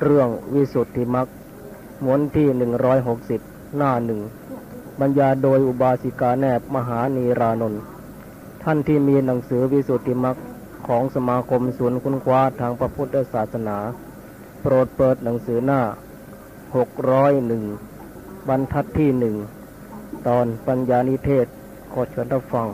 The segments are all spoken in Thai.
เรื่องวิสุทธิมรรคหมวดที่160หน้า1บรรยายโดยอุบาสิกาแนบมหานีรานนท์ท่านที่มีหนังสือวิสุทธิมรรคของสมาคมศูนย์ค้นคว้าทางพระพุทธศาสนาโปรดเปิดหนังสือหน้า601บรรทัดที่1ตอนปัญญานิเทศขอเชิญรับฟัง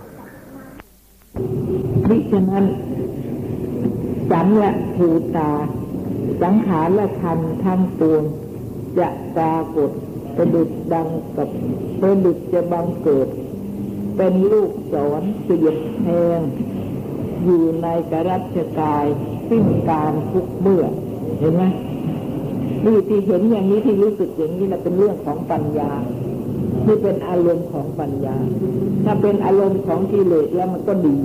มิฉะนั้นสัญญาภูตาสังขารและธรรมทั้งปวงจะปรากฏประดุจดังกับประดุจจะบังเกิดเป็นลูกศรเสียบแทงอยู่ในกรัชกายสิ้นการทุกเมื่อเห็นไหมนี่ที่เห็นอย่างนี้ที่รู้สึกอย่างนี้นะเป็นเรื่องของปัญญาที่เป็นอารมณ์ของปัญญาถ้าเป็นอารมณ์ของกิเลสแล้วมันก็ดี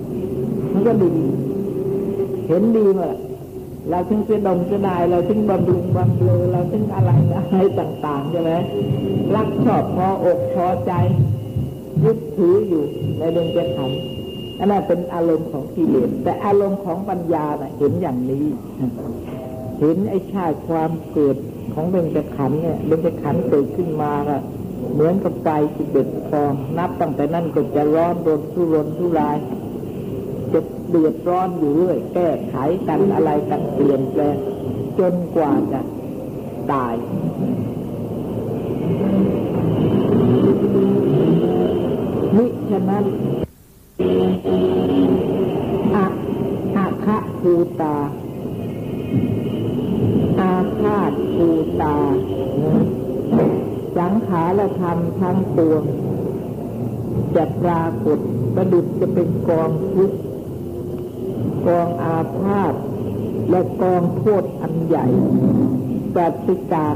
เห็นดีว่าเราถึงเสียดมเสียดายเราถึงบำรุงบำเรอเราถึงอะไรต่างๆใช่ไหมรักชอบพออกพอใจยึดถืออยู่ในเรื่องเจตขันธ์อันนั้นเป็นอารมณ์ของกิเลสแต่อารมณ์ของปัญญาน่ะเห็นอย่างนี้เห็นไอ้ชาติความเกิดของเบญจขันธ์เนี่ยเบญจขันธ์เกิดขึ้นมาก็เหมือนกับไฟ11 ฟองนับตั้งแต่นั้นก็จะร้อนรนทุรายจะเดือดร้อนอยู่เรื่อยแก้ไขกันอะไรกันเปลี่ยนแปลงจนกว่าจะตายมิฉะนั้นอาฆะภูตาอาฆาตภูตาสังขารธรรมทั้งปวงจะปรากฏประดุจจะเป็นกองทุกข์กองอาพาธและกองโทษอันใหญ่ปราศ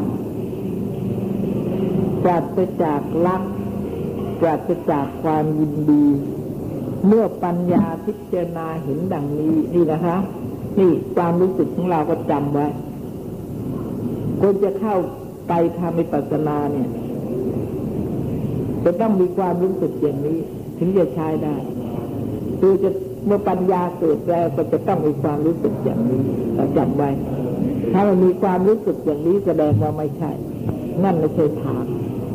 จากรักปราศจากความยินดีเมื่อปัญญาพิจารณาเห็นดังนี้นี่นะคะนี่ความรู้สึกของเราก็จำไว้คนจะเข้าไปทำวิปัสสนาเนี่ยจะต้องมีความรู้สึกอย่างนี้ถึงจะใช้ได้คือจะเมื่อปัญญาเกิดแล้วก็จะต้องมีความรู้สึกอย่างนี้จำไว้ถ้ามันมีความรู้สึกอย่างนี้แสดงว่าไม่ใช่นั่นไม่ใช่ทาง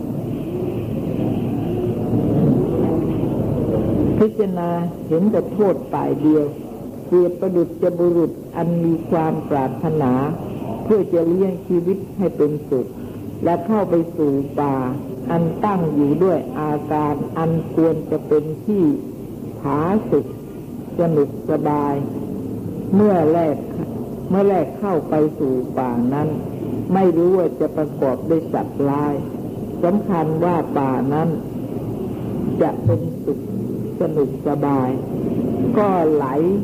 พิจารณาเห็นแต่โทษฝ่ายเดียวเปรียบประดุจจะบุรุษอันมีความปรารถนาเพื่อจะเลี้ยงชีวิตให้เป็นสุขและเข้าไปสู่ป่าอันตั้งอยู่ด้วยอาการอันควรจะเป็นที่ผาสุกสนุกสบายเมื่อแรกเข้าไปสู่ป่านั้นไม่รู้ว่าจะประกอบด้วยสัตว์ร้ายสำคัญว่าป่านั้นจะเป็นสุขสนุกสบายก็ไหล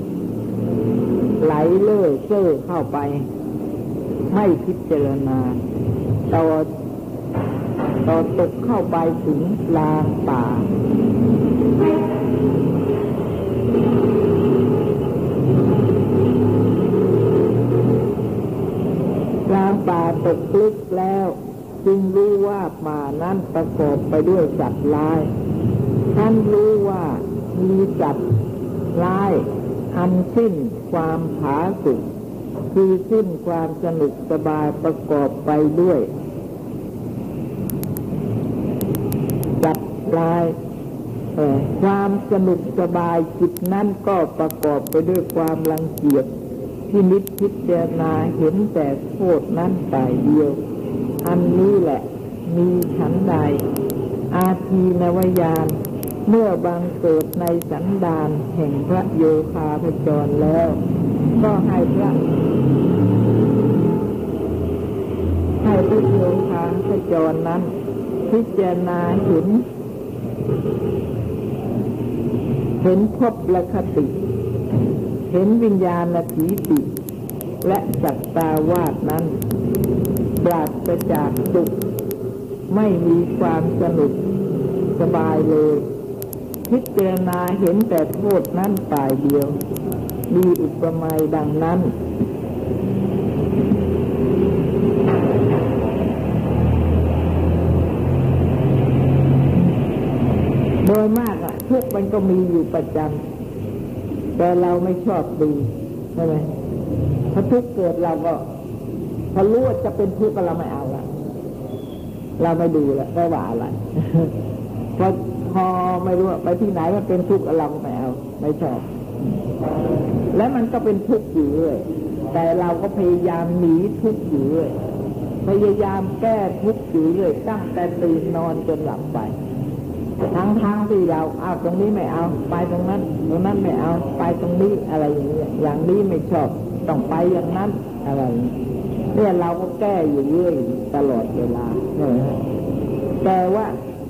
เล่อเซ่อเข้าไปไม่พิจารณาต่อตกเข้าไปถึงลานป่ากลางป่าตกลึกแล้วจึงรู้ว่าป่านั้นประกอบไปด้วยสัตว์ร้ายท่านรู้ว่ามีสัตว์ร้ายอันสิ้นความผาสุกคือสิ้นความสนุกสบายประกอบไปด้วยสัตว์ร้ายความสนุกสบายจิตนั้นก็ประกอบไปด้วยความรังเกียจที่นิพพิจารณาเห็นแต่โทษนั้นฝ่ายเดียวอันนี้แหละมีฉันใดอาทีนวญาณเมื่อบังเกิดในสันดานแห่งพระโยคาพจรแล้วก็ให้พระโยคาพจรนั้นพิจารณาเห็นภพและคติเห็นวิญญาณถีติและสัตตาวาสนั้นปราศจากสุขไม่มีความสนุกสบายเลยพิจารณาเห็นแต่โทษนั้นฝ่ายเดียวมีอุปมาดังนั้นโดยมากทุกข์มันก็มีอยู่ประจำแต่เราไม่ชอบดูใช่ไหมถ้าทุกข์เกิดเราก็พอรู้ว่าจะเป็นทุกข์ก็เราไม่เอาละเราไม่ดูละไม่ว่าอะไร พอไม่รู้ไปที่ไหนมันเป็นทุกข์เราไม่เอาไม่ชอบและมันก็เป็นทุกข์อยู่เรื่อยแต่เราก็พยายามหนีทุกข์อยู่เรื่อยพยายามแก้ทุกข์อยู่เรื่อยตั้งแต่ตื่นนอนจนหลับไปทั้งที่เราเอาตรงนี้ไม่เอาไปตรงนั้นไม่เอาไปตรงนี้อะไรอย่างนี้อย่างนี้ไม่ชอบต้องไปอย่างนั้นอะไรเนี่ยเราก็แก้อยู่เรื่อยตลอดเวลาแต่ว่า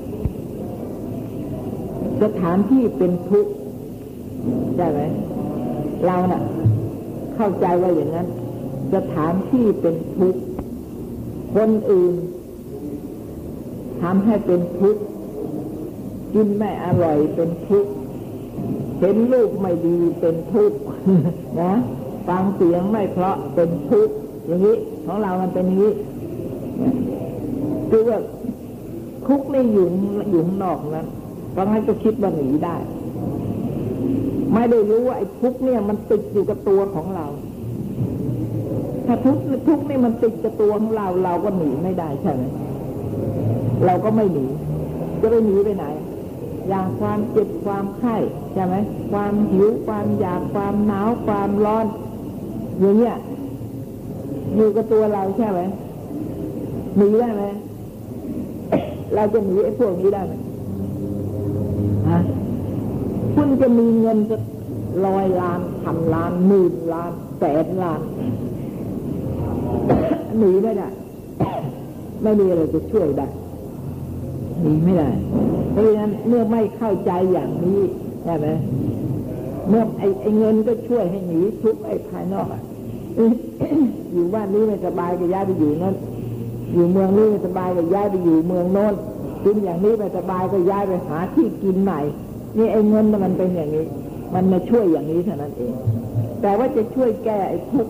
สถานที่เป็นทุกข์ใช่ไหมเราน่ะเข้าใจว่าอย่างนั้นสถานที่เป็นทุกข์คนอื่นทำให้เป็นทุกข์กินไม่อร่อยเป็นทุกข์เห็นรูปไม่ดีเป็นทุกข์นะฟังเสียงไม่เพราะเป็นทุกข์อย่างนี้ของเรามันเป็นอย่างนี้คือว่าทุกข์นี่อยู่ข้างนอกนั้นเพราะงั้นก็คิดว่าหนีได้ไม่ได้รู้ว่าไอ้ทุกข์เนี่ยมันติดอยู่กับตัวของเราถ้าทุกข์นี่มันติดกับตัวของเราเราก็หนีไม่ได้ใช่ไหมเราก็ไม่หนีจะไปหนีไปไหนอย่างความเจ็บความไข้ใช่ไหมความหิวความอยากความหนาวความร้อนอย่างเงี้ยอยู่กับตัวเราใช่ไหมหนีได้ไหมเราจะหนีไอ้พวกนี้ได้ไหมคุณจะมีเงินจะ100 ล้าน1,000 ล้าน10,000 ล้าน100,000 ล้านหนีไม่ได้ไม่มีอะไรจะช่วยได้หนีไม่ได้เพราะฉะนั้นเมื่อไม่เข้าใจอย่างนี้ใช่ไหมเมื่อไอ้เงินก็ช่วยให้หนีทุกข์ไอ้ภายนอกอยู่บ้านนี้ไม่สบายก็ย้ายไปอยู่นั่นอยู่เมืองนี้ไม่สบายก็ย้ายไปอยู่เมืองโน้นกินอย่างนี้ไม่สบายก็ย้ายไปหาที่กินใหม่นี่ไอ้เงินมันเป็นอย่างนี้มันมาช่วยอย่างนี้เท่านั้นเองแต่ว่าจะช่วยแก้ไอ้ทุกข์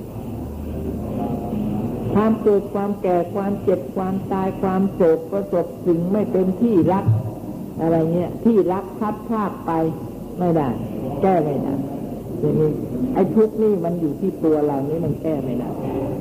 ความเกิดความแก่ความเจ็บความตายความโศกประสบสิ่งไม่เป็นที่รักอะไรเงี้ยที่รักพัดพลาดไปไม่ได้แก้ไม่ได้อย่างนี้ไอ้ทุกข์นี่มันอยู่ที่ตัวเรานี่มันแก้ไม่ได้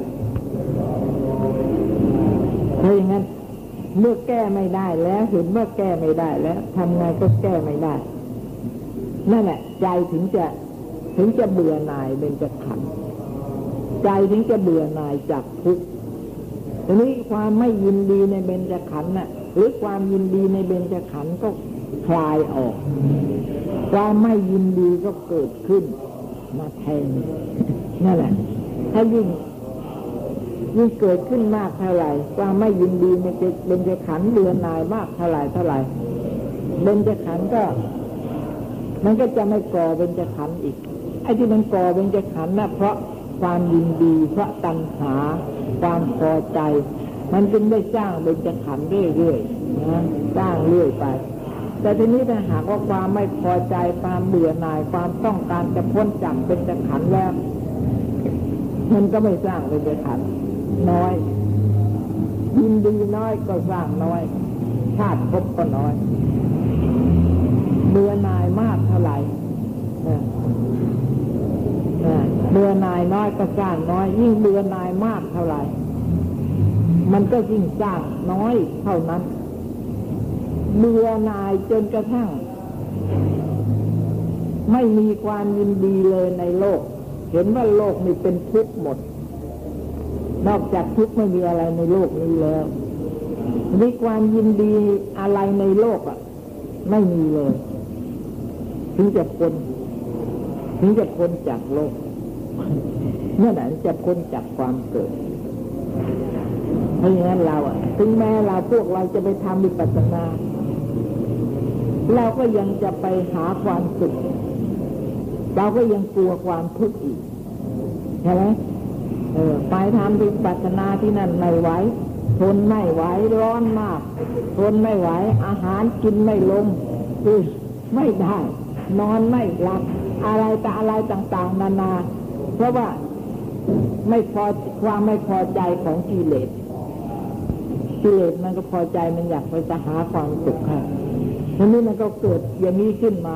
เพราะอย่างนั้นเมื่อแก้ไม่ได้แล้วเห็นว่าแก้ไม่ได้แล้วทำไงก็แก้ไม่ได้นั่นแหละใจถึงจะเบื่อหน่ายเบญจขันธ์ใจถึงจะเบื่อหน่ายจากทุกข์ทีนี้ความไม่ยินดีในเบญจขันธ์น่ะหรือความยินดีในเบญจขันธ์ก็คลายออกความไม่ยินดีก็เกิดขึ้นมาแทนนั่นแหละถ้ายิ่งเกิดขึ้นมากเท่าไหร่ความไม่ยินดีในเบญจขันธ์เบื่อหน่ายมากเท่าไหร่เบญจขันธ์ก็มันก็จะไม่ก่อเบญจขันธ์อีกไอ้ที่มันก่อเบญจขันธ์น่ะเพราะความยินดีเพราะตัณหาความพอใจมันจึงได้สร้างเบญจขันธ์เรื่อยๆนะสร้างเรื่อยไปแต่ทีนี้ถ้าหากว่าความไม่พอใจความเบื่อหน่ายความต้องการจะพ้นจากเบญจขันธ์แล้วมันก็ไม่สร้างเบญจขันธ์น้อยยินดีน้อยก็สร้างน้อยชาติภพก็น้อยเบื่อหน่ายมากเท่าไหร่เบื่อหน่ายน้อยก็สร้างน้อยยิ่งเบื่อหน่ายมากเท่าไหร่มันก็ยิ่งสร้างน้อยเท่านั้นเบื่อหน่ายจนกระทั่งไม่มีความยินดีเลยในโลกเห็นว่าโลกนี้เป็นทุกข์หมดนอกจากทุกข์ไม่มีอะไรในโลกนี้แล้วมีความยินดีอะไรในโลกไม่มีเลยถึงจะพ้นจากโลกเมื่อไหร่จะพ้นจากความเกิดเพราะงั้นเราถึงแม้พวกเราจะไปทำวิปัสสนาเราก็ยังจะไปหาความสุขเราก็ยังกลัวความทุกข์อีกใช่ไหมไปทำวิปัสสนาที่นั่นไม่ไหวทนไม่ไหวร้อนมากทนไม่ไหวอาหารกินไม่ลงคือไม่ได้นอนไม่หลับอะไรแต่อะไรต่างๆนานาเพราะว่าความไม่พอใจของกิเลสมันก็พอใจมันอยากไปหาความสุขค่ะทีนี้มันก็เกิดอย่างนี้ขึ้นมา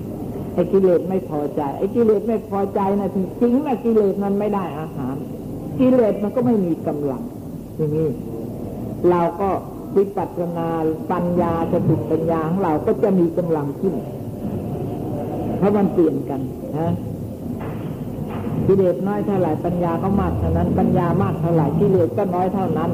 ไอ้กิเลสไม่พอใจไอ้กิเลสไม่พอใจนะจริงๆแล้วกิเลสมันไม่ได้อาหารกิเลสมันก็ไม่มีกำลังอย่างนี้เราก็วิปัสสนาปัญญาสติปัญญาของเราก็จะมีกำลังขึ้นเพราะมันเปลี่ยนกันนะกิเลสน้อยเท่าไหร่ปัญญาก็มากเท่านั้นปัญญามากเท่าไหร่กิเลสก็น้อยเท่านั้น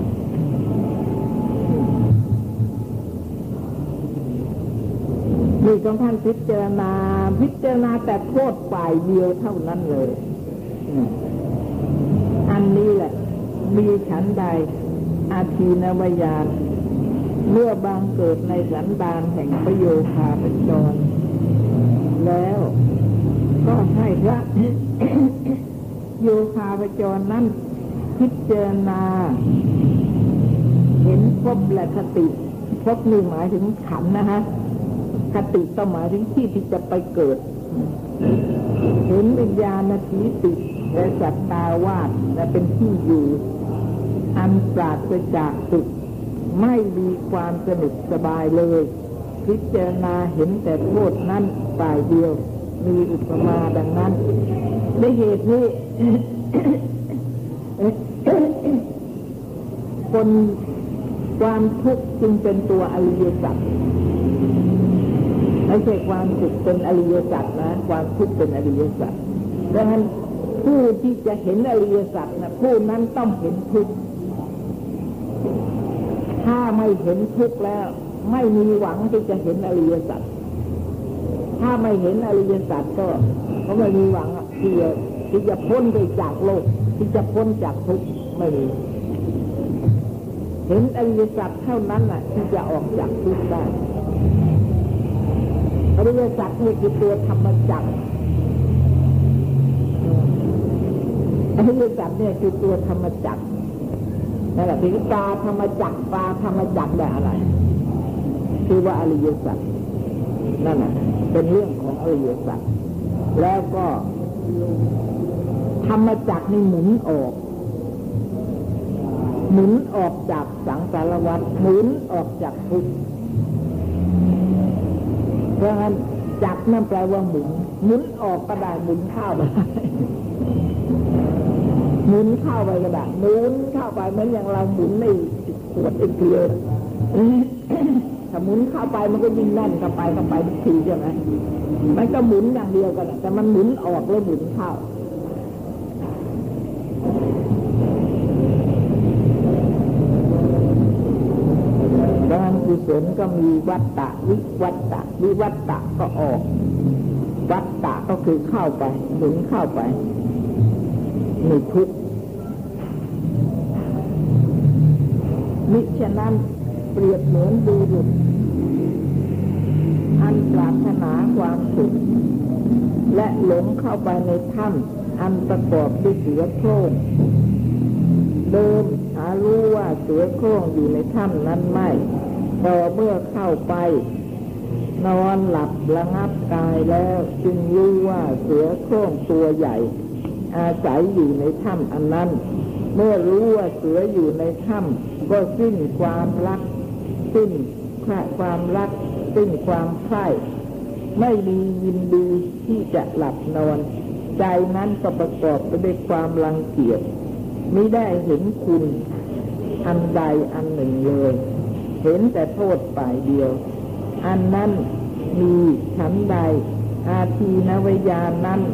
มีของท่านพิจารณาแต่โทษฝ่ายเดียวเท่านั้นเลยอันนี้แหละมีฉันใดอาทีนวญาณเมื่อบังเกิดในสันดานแห่งประโยคาพจรแล้วก็ให้พระ โยคาพจรนั้นพิจารณาเห็นภพและคติภพนี่หมายถึงขันธ์นะฮะคติต้องหมายถึงที่จะไปเกิดเห็นวิญญาณทิฏฐิและสัตตาวาสและเป็นที่อยู่อันปราศจากสุขไม่มีความสนุกสบายเลยพิจารณาเห็นแต่โทษนั้นฝ่ายเดียวมีอุปมาดังนั้นในเหตุนี้ คนความทุกข์จึงเป็นตัวอริยสัจไม่ใช่ความสุขเป็นอริยสัจนะความทุกข์เป็นอริยสัจดังนั้นผู้ที่จะเห็นอริยสัจนะผู้นั้นต้องเห็นทุกข์ถ้าไม่เห็นทุกข์แล้วไม่มีหวังที่จะเห็นอริยสัจถ้าไม่เห็นอริยสัจก็ไม่มีหวังที่จะพ้นไปจากโลกที่จะพ้นจากทุกข์ไม่มีเห็นอริยสัจเท่านั้นน่ะที่จะออกจากทุกข์ได้อริยสัจนี่คือตัวธรรมจักรอริยสัจเนี่ยคือตัวธรรมจักรนั่นแหละที่ปลาธรรมจักรปลาธรรมจักรได้อะไรคือว่าอริยสัจนั่นน่ะเป็นเรื่องของอริยสัจแล้วก็ธรรมจักรนี่หมุนออกจากสังสารวัฏหมุนออกจากทุกข์เพราะงั้นจักรนั่นแปลว่าหมุนออกก็ได้หมุนเข้าไปหมุนเข้าไปก็ได้หมุนเข้าไปเหมือนอย่างเราหมุนในขวดเกลือถ้าหมุนเข้าไปมันก็ยิ่งแน่นเข้าไปทุกทีใช่ไหมมันก็หมุนอย่างเดียวกันแต่มันหมุนออกแล้วหมุนเข้าการกุศลก็มีวัตตะวิวัตตะก็ออกวัตตะก็คือเข้าไปหมุนเข้าไปมีทุกข์มิฉะนั้นเปรียบเหมือนบุรุษอันปรารถนาความสุขและหลงเข้าไปในถ้ำอันประกอบด้วยเสือโคร่งเดินหารู้ว่าเสือโคร่งอยู่ในถ้ำนั้นไม่พอเมื่อเข้าไปนอนหลับระงับกายแล้วจึงรู้ว่าเสือโคร่งตัวใหญ่อาศัยอยู่ในถ้ำอันนั้นเมื่อรู้ว่าเสืออยู่ในถ้ำก็สิ้นความรักสิ้นความรักสิ้นความใคร่ไม่มียินดีที่จะหลับนอนใจนั้นก็ประกอบไปด้วยความรังเกียจมิได้เห็นคุณอันใดอันหนึ่งเลยเห็นแต่โทษฝ่ายเดียวอันนั้นมีฉันใดอาทีนวญาณนั้น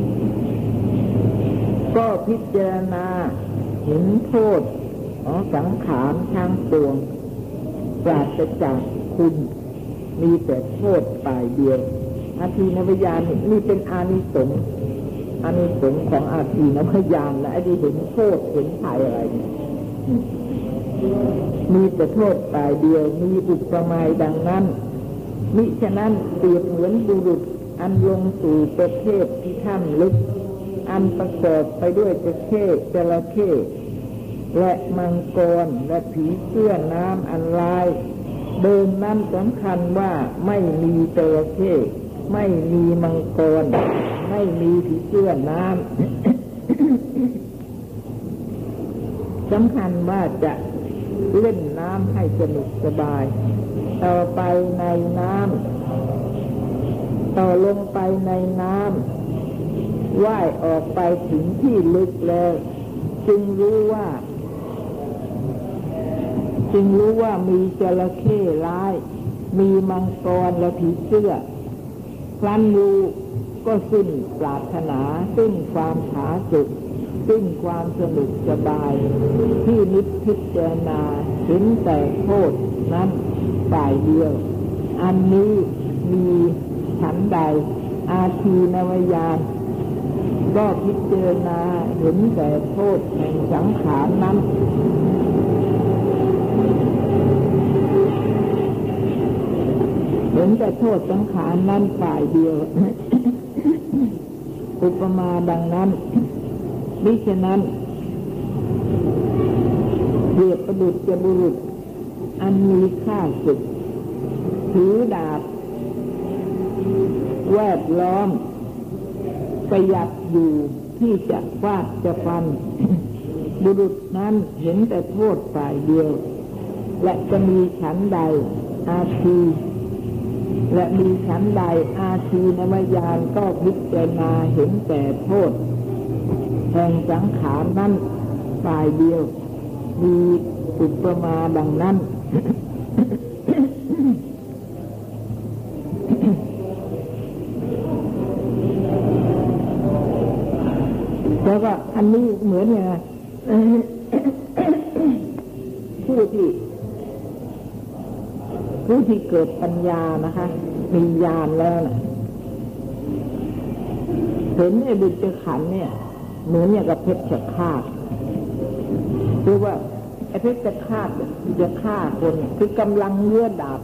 ก็พิจารณาเห็นโทษของสังขารทั้งปวงปราศจากคุณมีแต่โทษฝ่ายเดียวอาทีนวญาณนี่เป็นอานิสงส์ของอาทีนวญาณและไอ้ที่เห็นโทษเห็นภัยอะไรมีแต่โทษฝ่ายเดียวมีอุปมาดังนั้นมิฉะนั้นเปรียบเหมือนบุรุษอันลงสู่ประเทศที่ถ้ำลึกอันประกอบไปด้วยจระเข้และมังกรและผีเสื้อน้ำอันลายเดิมนั้นสำคัญว่าไม่มีจระเข้ไม่มีมังกรไม่มีผีเสื้อน้ำสำคัญว่าจะเล่นน้ำให้สนุกสบายต่อไปในน้ำต่อลงไปในน้ำว่ายออกไปถึงที่ลึกแล้วจึงรู้ว่ามีจระเข้ร้ายมีมังกรและผีเสื้อครั้นรู้ก็สิ้นปรารถนาสิ้นความผาสุกสิ้นความสนุกสบายที่นิพพิจารณาเห็นแต่โทษนั้นฝ่ายเดียวอันนี้มีฉันใดอาทีนวญาณก็พิจารณาเห็นแต่โทษแห่งสังขารนั้นเห็นแต่โทษสังขารนั้นฝ่ายเดียว อุปมาดังนั้นมิฉะนั้นเปรียบประดุจจะบุรุษอันมีข้าศึกถือดาบแวดล้อมประหยัดอยู่ที่จะฟาดจะฟัน บุรุษนั้นเห็นแต่โทษฝ่ายเดียวและจะมีฉันใดอาทีและมีฉันใดอาทีนวญาณก็พิจารณาเห็นแต่โทษแห่งสังขารนั้นฝ่ายเดียวมีอุปมาดังนั้น แล้วก็อันนี้เหมือนไง ผู้ที่เกิดปัญญานะคะมีญาณแล้วนะเห็นไอ้บุญจะขันเนี่ยเหมือนอย่างกับเพชฌฆาตคือว่าไอ้เพชฌฆาตจะฆ่าคนคือกำลังเงื้อดาบ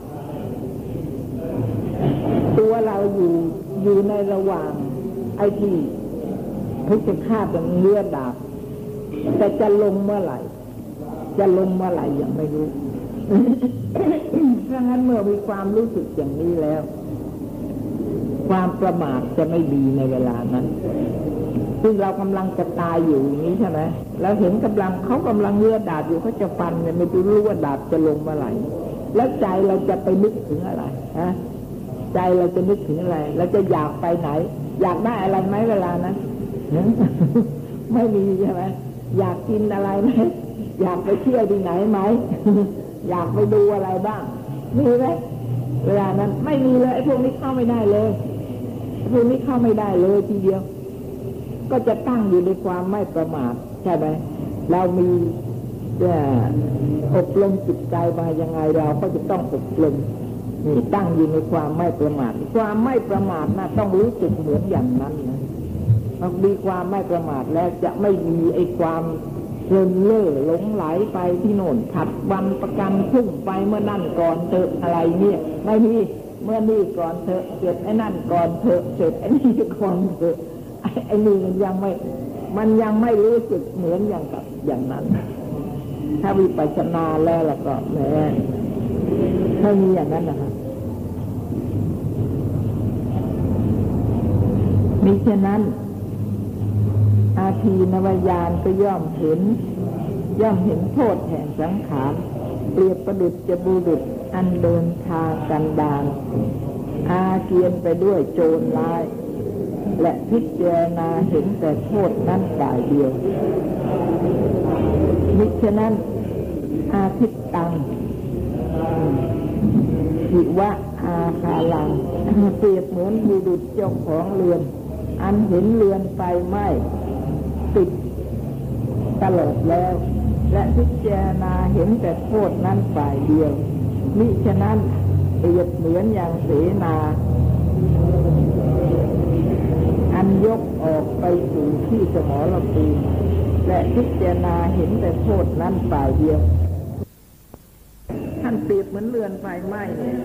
ตัวเราอยู่ในระหว่างไอ้ที่เพชฌฆาตมันเงื้อดาบแต่จะลงเมื่อไหร่ยังไม่รู้ เพราะงั้นเมื่อมีความรู้สึกอย่างนี้แล้วความประมาทจะไม่ดีในเวลานั้นซึ่งเรากำลังจะตายอยู่อย่างนี้ใช่ไหมแล้วเห็นเขากำลังเงื้อดาบอยู่เขาจะฟันเนี่ยไม่รู้ว่าดาบจะลงเมื่อไหร่แล้วใจเราจะไปนึกถึงอะไรฮะใจเราจะนึกถึงอะไรเราจะอยากไปไหนอยากได้อะไรไหมเวลานั้น ไม่มีใช่ไหมอยากกินอะไรไหมอยากไปเที่ยวที่ไหนไหม อยากไปดูอะไรบ้างมีไหมเวลานั้นไม่มีเลยไอ้พวกนี้เข้าไม่ได้เลยพวกนี้เข้าไม่ได้เลยทีเดียวก็จะตั้งอยู่ในความไม่ประมาทใช่ไหมเรามีอบรมจิตใจมายังไงเราก็จะต้องอบรมนี่ตั้งอยู่ในความไม่ประมาทความไม่ประมาทนะต้องรู้สึกเหมือนอย่างนั้นนะมีความไม่ประมาทแล้วจะไม่มีไอ้ความเพลินเล่อหลงไหลไปที่โน่นผัดวันประกันพุ่งไปเมื่อนั่นก่อนเถอะอะไรเนี่ยไม่มีเมื่อนี่ก่อนเถอะเสร็จไอ้นั่นก่อนเถอะเสร็จไอ้นี่ก่อนเถอะไอ้นี่มันยังไม่รู้สึกเหมือนอย่างกับอย่างนั้นถ้าวิปัสสนาแล้วก็แหมไม่มีอย่างนั้นนะคะมิฉะนั้นอาทีนวญาณก็ย่อมเห็นโทษแห่งสังขารเปรียบประดุจจะบุรุษอันเดินทางกันดารอาเกียนไปด้วยโจรร้ายและพิจารณาเห็นแต่โทษนั้นฝ่ายเดียวมิฉะนั้นอาทิตตังหิวะอาคาลังเปรียบเหมือนบุรุษเจ้าของเรือนอันเห็นเรือนไฟไหม้ติดตลอดแล้วและพิจารณาเห็นแต่โทษนั้นฝ่ายเดียวมิฉะนั้นเปรียบเหมือนอย่างเสนาอันยกออกไปสู่ที่สมรภูมิและพิจารณาเห็นแต่โทษนั้นฝ่ายเดียวท่านเปรียบเหมือนเรือนไฟไหม้เนี่ย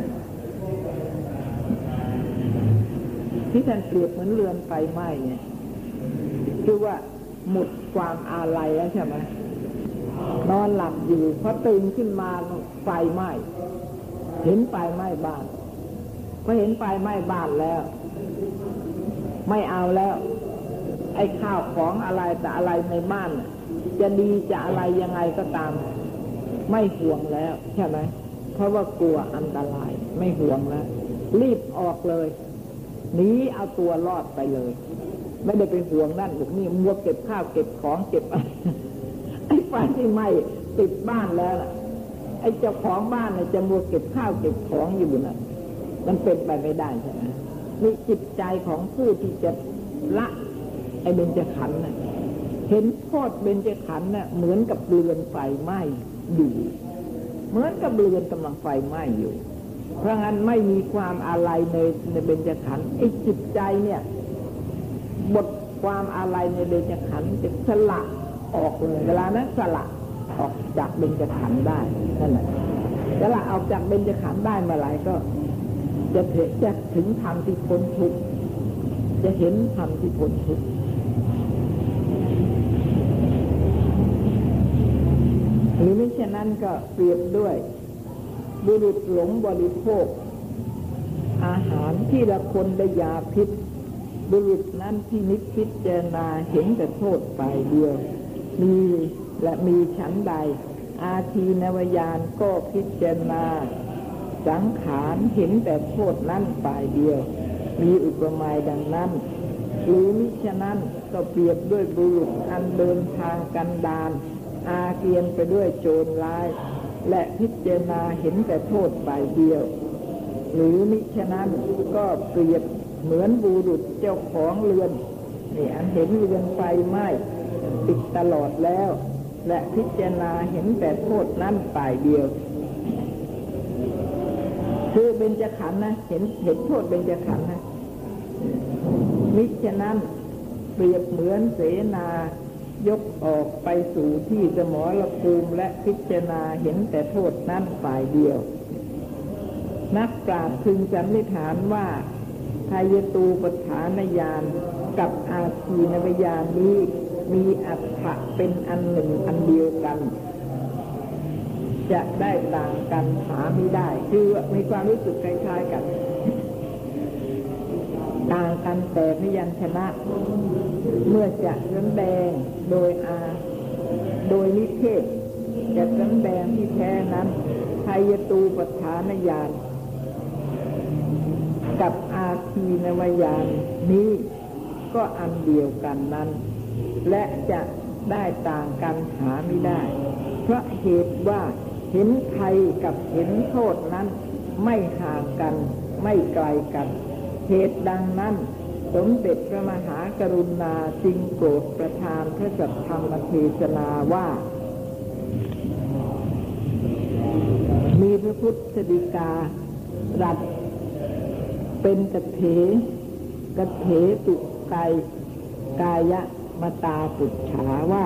ที่ท่านเปรียบเหมือนเรือนไฟไหม้เนี่ยคือว่าหมดความอาลัยแล้วใช่ไหมนอนหลับอยู่พอตื่นขึ้นมาไฟไหม้เห็นไฟไหม้บ้านก็เห็นไฟไหม้บ้านแล้วไม่เอาแล้วไอ้ข้าวของอะไรแต่อะไรในบ้านจะดีจะอะไรยังไงก็ตามไม่ห่วงแล้วใช่ไหมเพราะว่ากลัวอันตรายไม่ห่วงแล้วรีบออกเลยหนีเอาตัวรอดไปเลยไม่ได้ไปห่วงนั่นพวกนี้มัวเก็บข้าวเก็บของเก็บไฟที่ไหม้ติดบ้านแล้วไอ้เจ้าของบ้านจะมัวเก็บข้าวเก็บของอยู่น่ะมันเป็นไปไม่ได้ใช่ไหมนี่จิตใจของผู้ที่จะละไอ้เบญจขันธ์น่ะเห็นโทษเบญจขันธ์น่ะเหมือนกับเรือนไฟไหม้อยู่เหมือนกับเรือนกำลังไฟไหม้อยู่เพราะงั้นไม่มีความอะไรในเบญจขันธ์ไอ้จิตใจเนี่ยบทความอะไรในเบญจขันธ์จะสละออกเลยเวลานั้นสละออกจากเบญจขันธ์ได้นั่นแหละสละออกจากเบญจขันธ์ได้เมื่อไหร่ก็จะถึงธรรมที่พ้นทุกข์จะเห็นธรรมที่พ้นทุกข์หรือไม่เช่นนั้นก็เปรียบด้วยบุรุษหลงบริโภคอาหารที่ละคนได้ยาพิษบุรุษนั้นที่นิพพิจารณาเห็นแต่โทษไปเดียวมีชั้นใดอาทีนวญาณก็พิจารณาสังขารเห็นแต่โทษนั้นฝ่ายเดียวมีอุปมาดังนั้นหรือมิฉะนั้นก็เปรียบด้วยบุรุษอันเดินทางกันดารอาเกียนไปด้วยโจรร้ายและพิจารณาเห็นแต่โทษฝ่ายเดียวหรือมิฉะนั้นก็เปรียบเหมือนบุรุษเจ้าของเรือนนี่อันเห็นเรือนไฟไหม้ติดตลอดแล้วและพิจารณาเห็นแต่โทษนั้นฝ่ายเดียวคือเบญจขันธ์นะเห็นโทษเบญจขันธ์นะมิฉะนั้นเปรียบเหมือนเสนายกออกไปสู่ที่สมรภูมิและพิจารณาเห็นแต่โทษนั้นฝ่ายเดียวนักปราชญ์พึงสันนิษฐานว่าทายตูปฐานญาณกับอาทีนวญาณนี้มีอัตถะเป็นอันหนึ่งอันเดียวกันจะได้ต่างกันหาไม่ได้คือมีความรู้สึกคล้ายๆกันต่างกันแต่พยัญชนะเมื่อจะแสดงโดยนิเทศจะแสดงที่แท้นั้นทายตูปฐานญาณกับอาทีนวญาณนี้ก็อันเดียวกันนั้นและจะได้ต่างกันหาไม่ได้เพราะเหตุว่าเห็นภัยกับเห็นโทษนั้นไม่ห่างกันไม่ไกลกันเหตุดังนั้นสมเด็จพระมหากรุณาจึงโปรดประทานพระสัทธรรมเทศนาว่ามีพระพุทธฎีกาตรัสเป็นกเถตุกายมตาปุจฉาว่า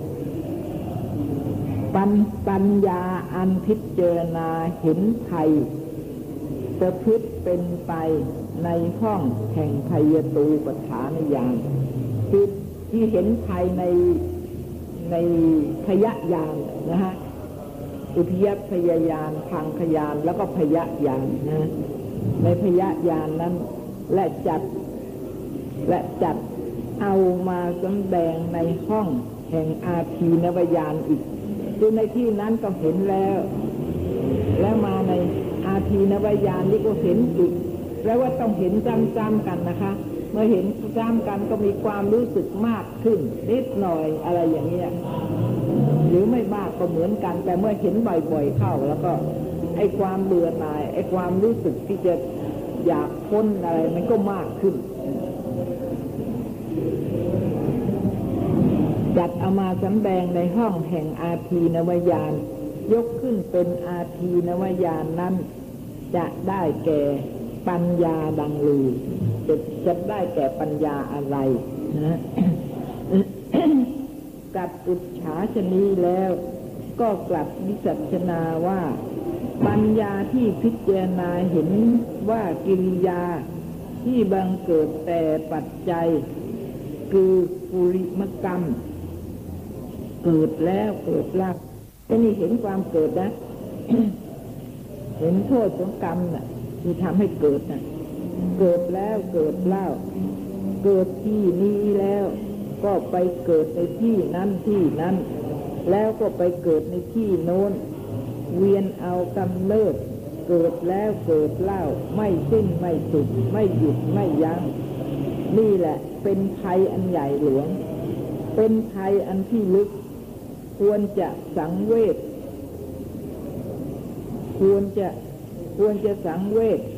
ปัญญาอันพิจารณาเห็นภัยประพฤติเป็นไปในห้องแห่งไพยตูปฐานญาณคือที่เห็นภัยในพยญาณนะฮะอุทยพยญาณพังคญาณแล้วก็พยญาณนะในพยญาณนั้นและจัดเอามาแสดงในห้องแห่งอาทีนวญาณอีกคือในที่นั้นก็เห็นแล้วมาในอาทีนวญาณนี้ก็เห็นอีกแปลว่าต้องเห็นซ้ำๆกันนะคะเมื่อเห็นซ้ำกันก็มีความรู้สึกมากขึ้นนิดหน่อยอะไรอย่างเงี้ยหรือไม่มากก็เหมือนกันแต่เมื่อเห็นบ่อยๆเข้าแล้วก็ไอ้ความเบื่อหน่ายไอ้ความรู้สึกที่จะอยากพ้นอะไรมันก็มากขึ้นจัดเอามาแสดงในห้องแห่งอาทีนวญาณยกขึ้นเป็นอาทีนวญาณนั้นจะได้แก่ปัญญาดังลือจะได้แก่ปัญญาอะไรนะ กัดปุจฉาชนีแล้วก็กลับวิสัชนาว่าปัญญาที่พิจารณาเห็นว่ากิริยาที่บังเกิดแต่ปัจจัยคือปุริมกรรมเกิดแล้วเกิดแล้วนี่เห็นความเกิดนะ เห็นโทษของกรรมน่ะที่ทำให้เกิดน่ะเกิดแล้วเกิดเล่าเกิดที่นี้แล้วก็ไปเกิดในที่นั้นที่นั้นแล้วก็ไปเกิดในที่โน้นเวียนเอากำเนิดเกิดแล้วเกิดเล่าไม่สิ้นไม่สุดไม่หยุดไม่ยั้งนี่แหละเป็นภัยอันใหญ่หลวงเป็นภัยอันที่ลึกควรจะสังเวชควรจะสังเวช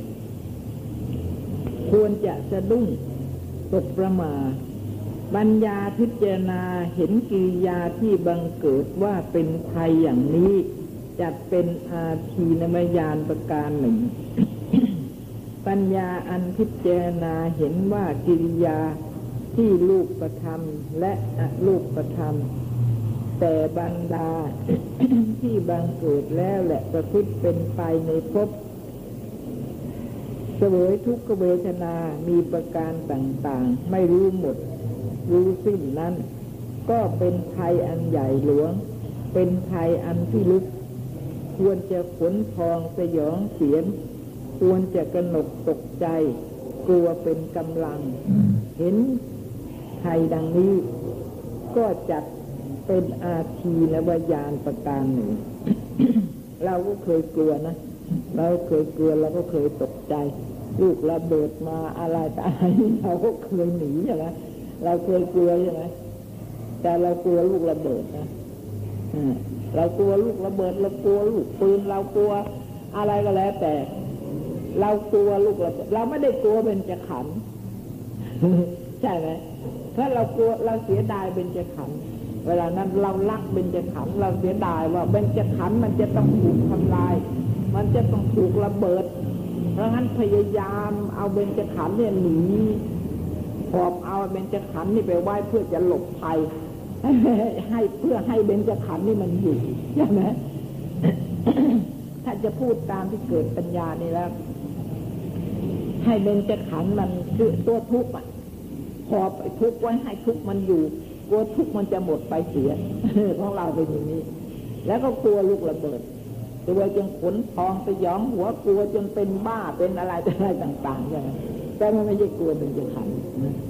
ควรจะสะดุ้งตกประหม่าปัญญาพิจารณาเห็นกิริยาที่บังเกิดว่าเป็นภัยอย่างนี้จัดเป็นอาทีนมยานประการหนึ่ง ปัญญาอันพิจารณาเห็นว่ากิริยาที่รูปธรรมและอรูปธรรมแต่บรรดา ที่บังเกิดแล้วและประพฤติเป็นไปในภพเสวยทุกขเวทนามีประการต่างๆไม่รู้หมดรู้สิ้นนั้นก็เป็นภัยอันใหญ่หลวงเป็นภัยอันที่ลึกควรจะขนพองสยองเสียนควรจะกระหนกตกใจกลัวเป็นกำลังเห็นภัยดังนี้ก็จัดเป็นอาทีนวายานประการหนึ่ง เราก็เคยกลัวนะเราเคยกลัวเราก็เคยตกใจลูกระเบิดมาอะไรแต่อะไรเราก็เคยหนีใช่ไหมเราเคยกลัวใช่ไหมแต่เรากลัวลูกระเบิดนะเรากลัวลูกระเบิดเรากลัวลูกปืนเรากลัวอะไรก็แล้วแต่เรากลัวลูกระเบิดเราไม่ได้กลัวเบญจขันธ์ ใช่ไหมถ้าเรากลัวเราเสียดายเบญจขันธ์เวลานั้นเรารักเบญจขันธ์เราเสียดายว่าเบญจขันธ์มันจะต้องถูกทำลายมันจะต้องถูกระเบิดเพราะงั้นพยายามเอาเบญจขันธ์เนี่ยหนีหอบเอาเบญจขันธ์นี่ไปไว้เพื่อจะหลบภัยให้เพื่อให้เบญจขันธ์นี่มันอยู่ใช่ไหม ถ้าจะพูดตามที่เกิดปัญญานี่แล้วให้เบญจขันธ์มันคือตัวทุกข์หอบไอ้ทุกข์ไว้ให้ทุกข์มันอยู่กลัวทุกข์มันจะหมดไปเสีย ของเราเป็นอย่างนี้แล้วก็กลัวลูกระเบิดกลัวจนขนพองสยองหัวกลัวจนเป็นบ้าเป็นอะไรต่างๆใช่ไหมแต่มันไม่ใช่กลัวเบญจขันธ์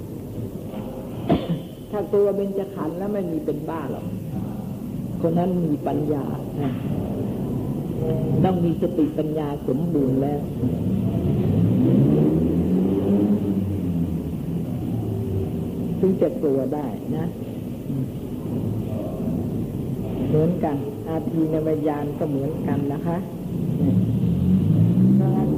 ถ้ากลัวเบญจขันธ์แล้วไม่มีเป็นบ้าหรอกคนนั้นมีปัญญาต้องมีสติปัญญาสมบูรณ์แล้วถึงจะกลัวได้นะเหมือนกันอาทีนวายานก็เหมือนกันนะคะเพราะงั้น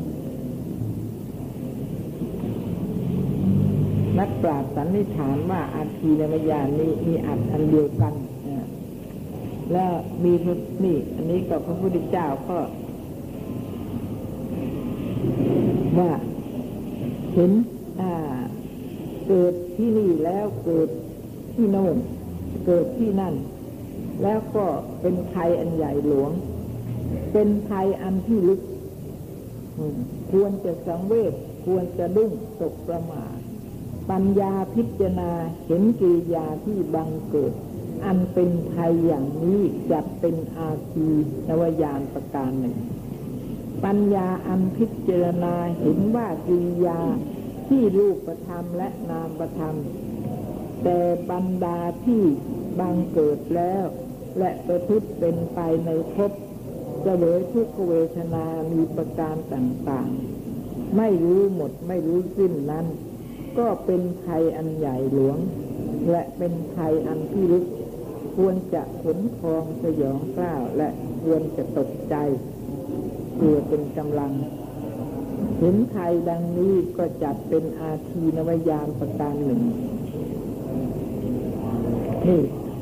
นักปราชญ์สันนิษฐานว่าอาทีนวายานนี้มีอันเดียวกันแล้วมีนี่อันนี้ก็พระพุทธเจ้าก็ว่าเห็นเกิดที่นี่แล้วเกิดที่โน่นเกิดที่นั่นแล้วก็เป็นภัยอันใหญ่หลวงเป็นภัยอันที่ลึกควรจะสังเวชควรจะดุ้งตกประหม่าปัญญาพิจารณาเห็นกิริยาที่บังเกิดอันเป็นภัยอย่างนี้จัดเป็นอาทีนวายานประการหนึ่งปัญญาอันพิจารณาเห็นว่ากิริยาที่รูปธรรมและนามธรรมแต่บรรดาที่บังเกิดแล้วและประพฤติเป็นไปในภพเสวยทุกขเวทนามีประการต่างๆไม่รู้หมดไม่รู้สิ้นนั้นก็เป็นภัยอันใหญ่หลวงและเป็นภัยอันที่ลึกควรจะขนพองสยองกล้าวและควรจะตกใจกลัวเป็นกำลังเห็นภัยดังนี้ก็จัดเป็นอาทีนวายานประการหนึ่งนี่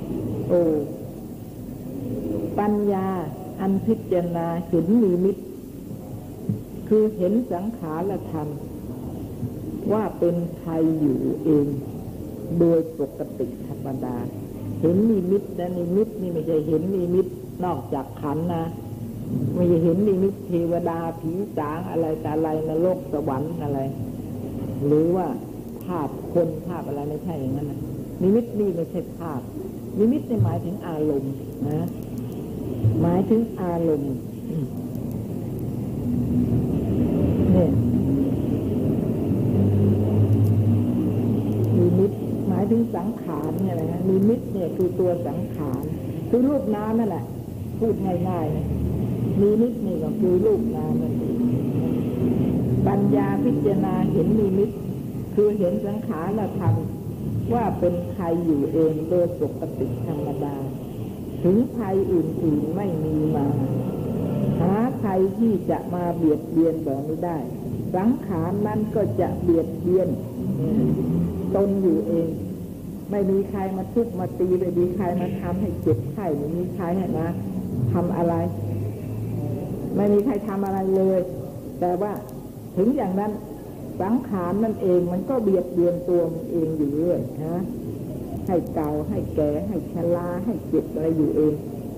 ปัญญาอันพิจารณาเห็นนิมิตคือเห็นสังขารธรรมว่าเป็นภัยอยู่เองโดยปกติธรรมดาเห็นนิมิตและนิมิตนี่ไม่ใช่เห็นนิมิตนอกจากขันธ์นะไม่ใช่เห็นนิมิตเทวดาผีสางอะไรแต่อะไรนรกสวรรค์อะไรหรือว่าภาพคนภาพอะไรไม่ใช่อย่างนั้นนะนิมิตนี่ไม่ใช่ภาพนิมิตนี่หมายถึงอารมณ์นะหมายถึงอารมณ์เนี่ยนิมิตหมายถึงสังขารเนี่ยนะนิมิตเนี่ยคือตัวสังขารคือรูปนามนั่นแหละพูดง่ายๆนิมิตนี่ก็คือรูปนามนั่นเองปัญญาพิจารณาเห็นนิมิตคือเห็นสังขารธรรมว่าเป็นใครอยู่เองโดยปกติธรรมดาถึงภัยอื่นๆไม่มีมาหาภัยที่จะมาเบียดเบียนแบบนี้ได้สังขารนั้นก็จะเบียดเบียนตนอยู่เองไม่มีใครมาทุบมาตีไม่มีใครมาทำให้เจ็บไข้ไม่มีใครให้มาทำอะไรไม่มีใครทำอะไรเลยแต่ว่าถึงอย่างนั้นสังขารนั่นเองมันก็เบียดเบียนตัวมันเองอยู่เรื่อยนะให้เก่าให้แก่ให้ชราให้เจ็บอะไรอยู่เอง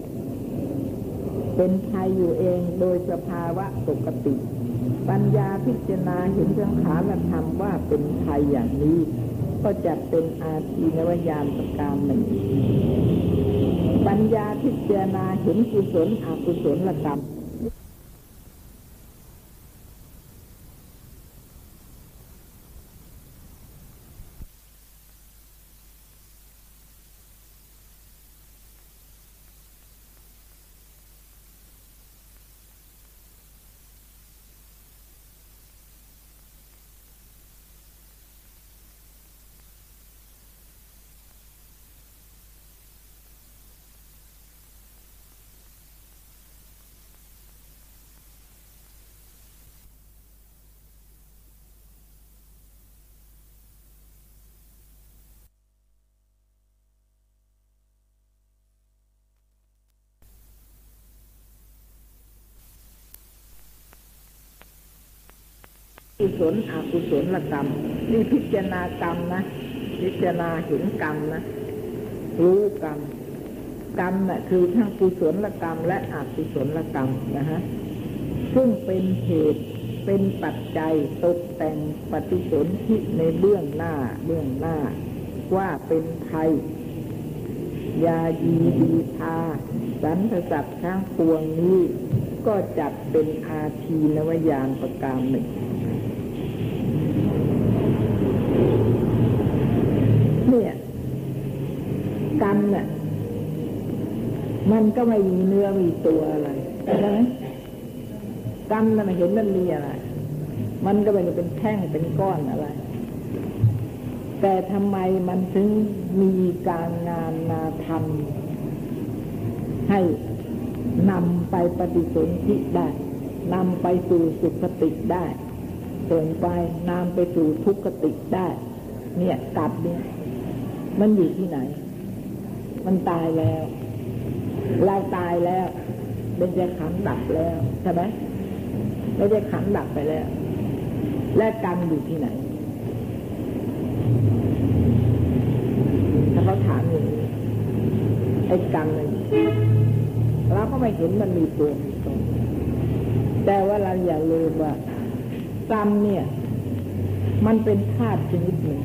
เป็นภัยอยู่เองโดยสภาวะปกติปัญญาพิจารณาเห็นสังขารธรรมว่าเป็นภัยอย่างนี้ก็จะเป็นอาทีนวญาณประการหนึ่งปัญญาพิจารณาเห็นกุศลอกุศลกรรมกุศลอกุศลกรรมนี่พิจารณากรรมนะพิจารณาเห็นกรรมนะรู้กรรมกรรมน่ะคือทั้งกุศลกรรมและอกุศลกรรมนะฮะซึ่งเป็นเหตุเป็นปัจจัยตกแต่งปฏิสนธิในเบื้องหน้าว่าเป็นภัยยายีดีทาสรรพสัตว์ทั้งปวงนี้ก็จัดเป็นอาทีนวญาณประการหนึ่งเนี่ยกรรมน่ะมันก็ไม่มีเนื้อมีตัวอะไรใช่ไหมกรรมน่ะไม่เห็นมันมีอะไรมันก็ไม่ได้เป็นแท่งเป็นก้อนอะไรแต่ทำไมมันถึงมีการงานมาทำให้นำไปปฏิสนธิได้นำไปสู่สุคติได้ส่งไปนำไปสู่ทุกขติได้เนี่ยกรรมเนี่ยมันอยู่ที่ไหนมันตายแล้วเราตายแล้วเป็นใจขันธ์ดับแล้วใช่ไหมไม่ได้ขันธ์ดับไปแล้วและกรรมอยู่ที่ไหนถ้าเขาถามอย่างนี้ไอ้กรรมเนี่ยเราก็ไม่เห็นมันมีตัวมีตนแต่ว่าเราอย่าลืมว่ากรรมเนี่ยมันเป็นธาตุชนิดหนึ่ง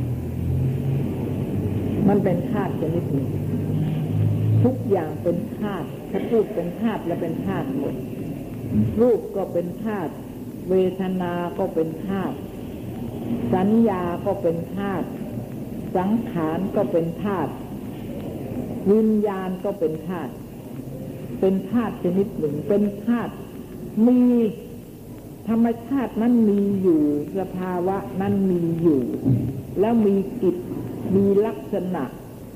มันเป็นธาตุชนิดหนึ่งทุกอย่างเป็นธาตุถ้าพูดเป็นธาตุแล้วเป็นธาตุหมดรูปก็เป็นธาตุเวทนาก็เป็นธาตุสัญญาก็เป็นธาตุสังขารก็เป็นธาตุวิญญาณก็เป็นธาตุเป็นธาตุชนิดหนึ่งเป็นธาตุมีธรรมชาตินั้นมีอยู่สภาวะนั้นมีอยู่แล้วมีกิจมีลักษณะ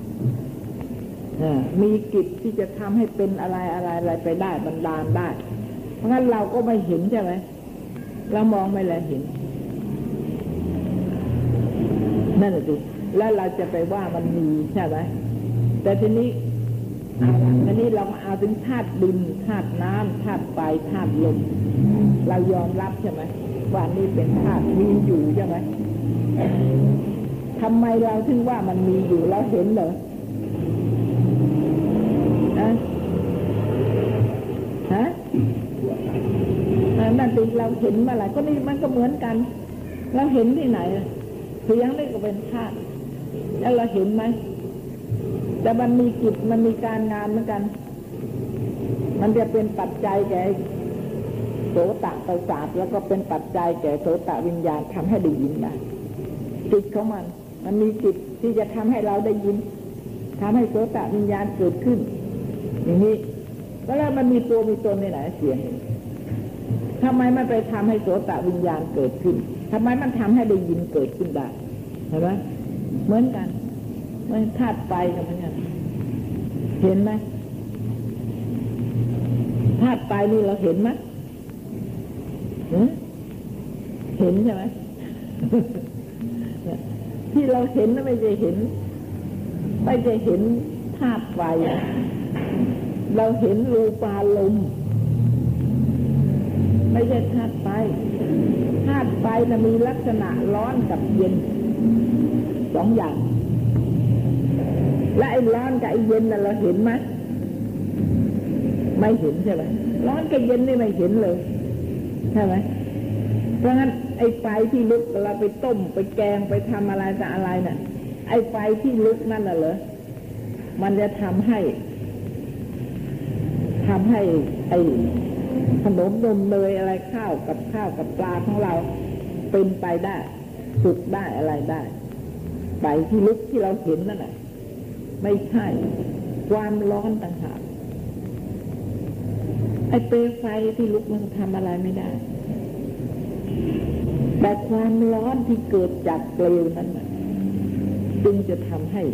มีกิจที่จะทำให้เป็นอะไรไปได้บันดาลได้เพราะงั้นเราก็ไม่เห็นใช่ไหมเรามองไม่แลเห็นนั่นแหละสิแล้วเราจะไปว่ามันมีใช่ไหมแต่ทีนี้อันนี้เรามาเอาถึงธาตุดินธาตุน้ำธาตุไฟธาตุลมเรายอมรับใช่ไหมว่านี่เป็นธาตุมีอยู่ใช่ไหมทำไมเราถึงว่ามันมีอยู่เราเห็นเหรอฮะนั่นติเราเห็นมาหลายก็นี่มันก็เหมือนกันเราเห็นที่ไหนเสียงนี่ก็เป็นธาตุแล้วเราเห็นไหมแต่มันมีกิจมันมีการงานเหมือนกันมันจะเป็นปัจจัยแก่โสตประสาทแล้วก็เป็นปัจจัยแก่โสตวิญญาณทำให้ได้ยินได้จิตของมันมีจิตที่จะทำให้เราได้ยินทำให้โสตวิญญาณเกิดขึ้นอย่างนี้แล้วมันมีตัวมีตนในไหนเสียงทำไมมันไปทำให้โสตวิญญาณเกิดขึ้นทำไมมันทำให้ได้ยินเกิดขึ้นได้เห็นไหมเหมือนกันมันธาตุไฟกันเหมือนกันเห็นไหมธาตุไฟนี่เราเห็นไหมเห็นใช่ไหม ที่เราเห็นนะไม่ใช่เห็นธาตุไฟเราเห็นรูปารมณ์ไม่ใช่ธาตุไฟธาตุไฟนะมีลักษณะร้อนกับเย็นสองอย่างและไอ้ร้อนกับไอ้เย็นน่ะเราเห็นไหมไม่เห็นใช่ไหมร้อนกับเย็นนี่ไม่เห็นเลยใช่ไหมเพราะงั้นไอ้ไฟที่ลุกเราไปต้มไปแกงไปทำอะไรจะอะไรน่ะไอ้ไฟที่ลุกนั่นน่ะเหรอมันจะทำให้ไอ้ขนมนมเนยอะไรข้าวกับปลาของเราเป็นไปได้สุกได้อะไรได้ไฟที่ลุกที่เราเห็นนั่นน่ะไม่ใช่ความร้อนต่างหากไอ้เปลวไฟที่ลุกมันทำอะไรไม่ได้แต่ความร้อนที่เกิดจากเปลวนั้นน่ะจึงจะทำให้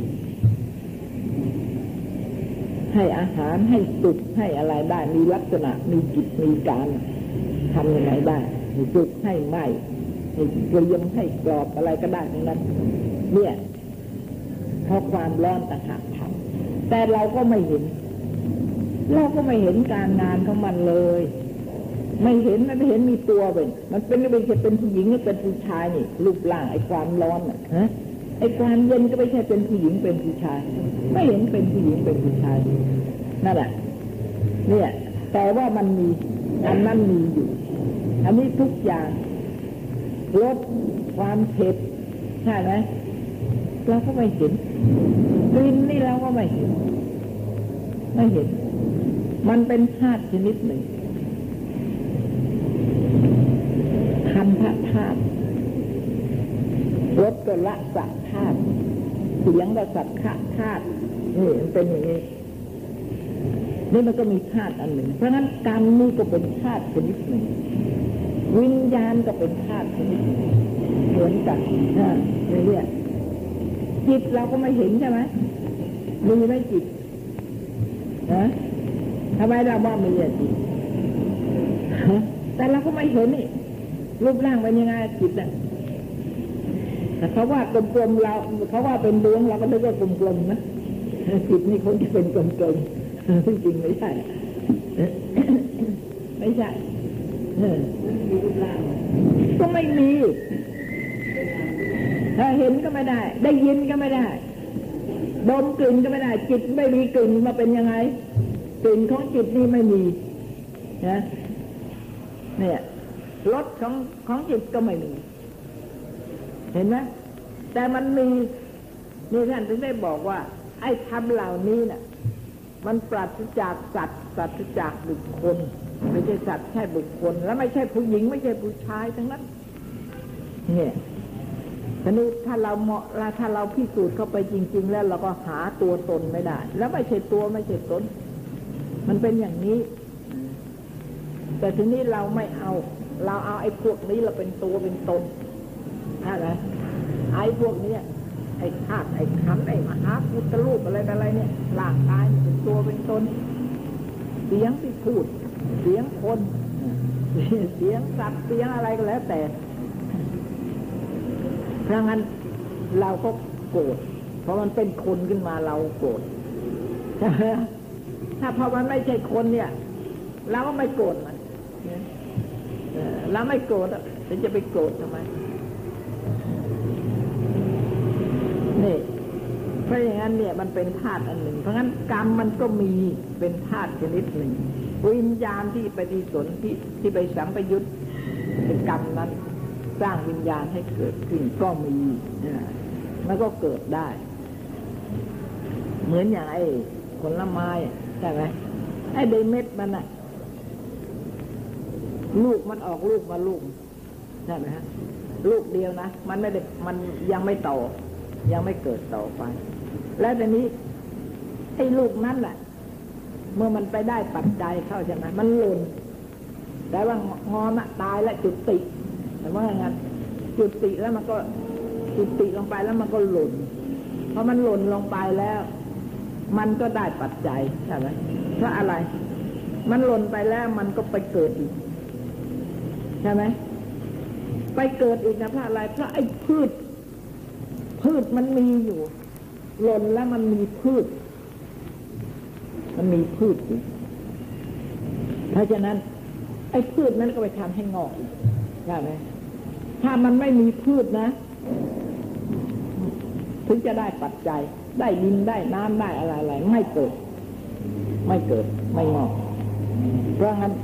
อาหารให้สุกให้อะไรได้มีลักษณะมีกิจมีการทำยังไงได้ให้สุกให้ไหม้ให้เกรียมให้กรอบอะไรก็ได้ทั้งนั้นเนี่ยเพราะความร้อนต่างหากทำแต่เราก็ไม่เห็นการงานของมันเลยไม่เห็นมีตัวเป็นมันเป็นไม่ใช่เป็นผู้หญิงหรือเป็นผู้ชายนี่รูปร่างไอ้ความร้อนน่ะไอ้ความเย็นก็ไม่ใช่เป็นผู้หญิงเป็นผู้ชายไม่เห็นเป็นผู้หญิงเป็นผู้ชายนั่นแหละเนี่ยแต่ว่ามันมีอันนั้นมีอยู่อันนี้ทุกอย่างลดความเผ็ดใช่ไหมเราก็ไม่เห็นกลิ่นนี่เราก็ไม่เห็นมันเป็นธาตุชนิดหนึ่งคันธธาตุรสก็ละสัตธาตุเสียงก็สัตขะธาตุนี่มันเป็นอย่างนี้นี่มันก็มีธาตุอันหนึ่งเพราะฉะนั้นกรรมนี่ก็เป็นธาตุชนิดหนึ่งวิญญาณก็เป็นธาตุชนิดหนึ่งเหมือนกันเนี่ยจิตเราก็ไม่เห็นใช่ไหมมีไหมจิตทำไมเราว่ามีจิตแต่เราก็ไม่เห็นนี่รูปร่างเป็นยังไงจิตน่ะแต่เขาว่ากลมๆเราเขาว่าเป็นดวงเราก็นึกว่ากลมๆนะจิตนี่คงจะเป็นกลมๆจริงไม่ใช่ก็ไม่มีถ้าเห็นก็ไม่ได้ได้ยินก็ไม่ได้ดมกลิ่นก็ไม่ได้จิตไม่มีกลิ่นมาเป็นยังไงกลิ่นของจิตนี่ไม่มีนะเนี่ยรสของจิตก็ไม่มีเห็นไหมแต่มันมีนี่ท่านถึงได้บอกว่าไอ้ธรรมเหล่านี้น่ะมันปราศจากสัตว์ปราศจากบุคคลไม่ใช่สัตว์ใช่บุคคลแล้วไม่ใช่ผู้หญิงไม่ใช่ผู้ชายทั้งนั้นเนี่ยทีนี้ถ้าเราพิสูจน์เข้าไปจริงๆแล้วเราก็หาตัวตนไม่ได้แล้วไม่ใช่ตัวไม่ใช่ตนมันเป็นอย่างนี้แต่ทีนี้เราไม่เอาไอ้พวกนี้เราเป็นตัวเป็นตนอะไรไอ้พวกนี้ไอ้ธาตุไอ้ขันธ์ไอ้มหาพุทธรูปอะไรเนี่ยร่างกายเป็นตัวเป็นตนเสียงที่พูดเสียงคนเสียงสัตว์เสียงอะไรก็แล้วแต่เพราะงั้นเราก็โกรธเพราะมันเป็นคนขึ้นมาเราโกรธถ้าพอมันไม่ใช่คนเนี่ยเราก็ไม่โกรธมันเราไม่โกรธจะไปโกรธทำไมนี่เพราะอย่างนั้นเนี่ยมันเป็นธาตุอันหนึ่งเพราะงั้นกรรมมันก็มีเป็นธาตุชนิดหนึ่งวิญญาณที่ปฏิสนธิที่ไปสัมปยุตเป็นกรรมนั้นสร้างวิญญาณให้เกิดขึ้นก็มีมันก็เกิดได้เหมือนอย่างไอ้ผลไม้ใช่ไหมไอ้ใบเม็ดมันน่ะลูกมันออกลูกมาลูกใช่ไหมฮะลูกเดียวนะมันไม่ได้มันยังไม่โตยังไม่เกิดต่อไปแล้วทีนี้ไอ้ลูกนั้นแหละเมื่อมันไปได้ปัจจัยเข้าใช่ไหมมันหล่นแต่ว่างอมตายและจุติแต่ว่าอย่างนั้นจุติแล้วมันก็จุติลงไปแล้วมันก็หล่นพอมันหล่นลงไปแล้วมันก็ได้ปัจจัยใช่ไหมเพราะอะไรมันหล่นไปแล้วมันก็ไปเกิดอีกใช่ไหมไปเกิดอีกนะเพราะอะไรเพราะไอ้พืชมันมีอยู่หล่นแล้วมันมีพืชอยู่เพราะฉะนั้นไอ้พืชนั้นก็ไปทำให้งอกใช่ไหมถ้ามันไม่มีพืชนะถึงจะได้ปัจจัยได้ดินได้น้ำได้อะไรๆไม่เกิดไม่งอกเพราะงั้น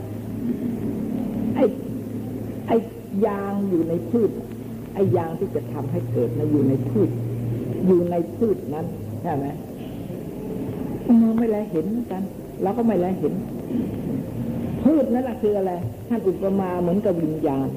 ไอ้ยางอยู่ในพืชไอ้ยางที่จะทำให้เกิดนะอยู่ในพืชนั้นใช่ไหมมองไม่แลเห็นเหมือนกันเราก็ไม่แลเห็นพืชนั่นแหละคืออะไรท่านอุปมาเหมือนกับวิญญาณ